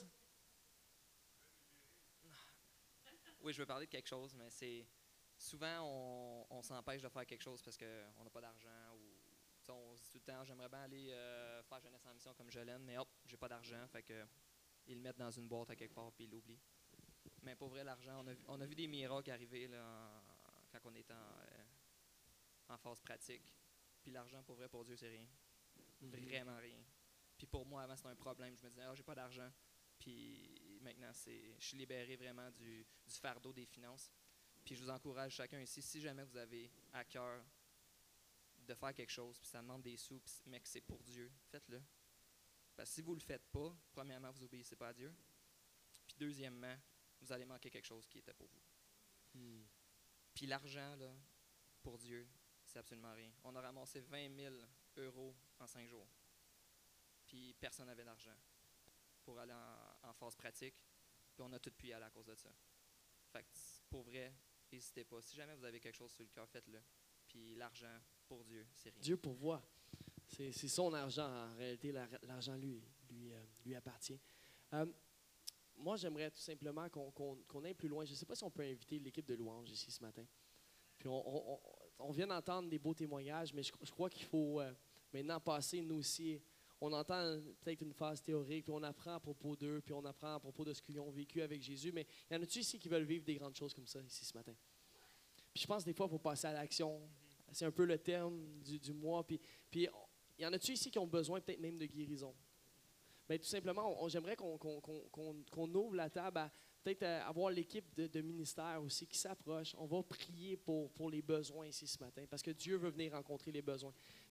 Oui, je veux parler de quelque chose, mais c'est souvent on s'empêche de faire quelque chose parce qu'on n'a pas d'argent ou on se dit tout le temps j'aimerais bien aller faire Jeunesse en mission comme je l'aime, mais hop, j'ai pas d'argent, fait que ils le mettent dans une boîte à quelque part puis ils l'oublient. Mais pour vrai, l'argent, on a vu des miracles arriver là, quand on était en phase pratique. Puis l'argent, pour vrai, pour Dieu, c'est rien. Vraiment rien. Puis pour moi, avant, c'était un problème. Je me disais, j'ai pas d'argent. Puis maintenant, je suis libéré vraiment du fardeau des finances. Puis je vous encourage chacun ici, si jamais vous avez à cœur de faire quelque chose, puis ça demande des sous, mais que c'est pour Dieu, faites-le. Parce que si vous ne le faites pas, premièrement, vous n'obéissez pas à Dieu. Puis deuxièmement, vous allez manquer quelque chose qui était pour vous. Puis l'argent, là, pour Dieu, c'est absolument rien. On a ramassé 20 000 € en 5 jours. Puis personne n'avait d'argent pour aller en phase pratique. Puis on a tout pu y aller à cause de ça. Fait que pour vrai, n'hésitez pas. Si jamais vous avez quelque chose sur le cœur, faites-le. Puis l'argent, pour Dieu, c'est rien. Dieu pourvoit. C'est son argent. En réalité, l'argent lui appartient. Moi, j'aimerais tout simplement qu'on aille plus loin. Je ne sais pas si on peut inviter l'équipe de louange ici ce matin. Puis on vient d'entendre des beaux témoignages, mais je crois qu'il faut maintenant passer, nous aussi. On entend peut-être une phase théorique, puis on apprend à propos d'eux, puis on apprend à propos de ce qu'ils ont vécu avec Jésus. Mais il y en a-tu ici qui veulent vivre des grandes choses comme ça ici ce matin? Puis je pense des fois, il faut passer à l'action. C'est un peu le terme du mois. Puis il y en a-tu ici qui ont besoin peut-être même de guérison? Bien, tout simplement, j'aimerais qu'on ouvre la table à peut-être avoir l'équipe de ministère aussi qui s'approche. On va prier pour les besoins ici ce matin parce que Dieu veut venir rencontrer les besoins.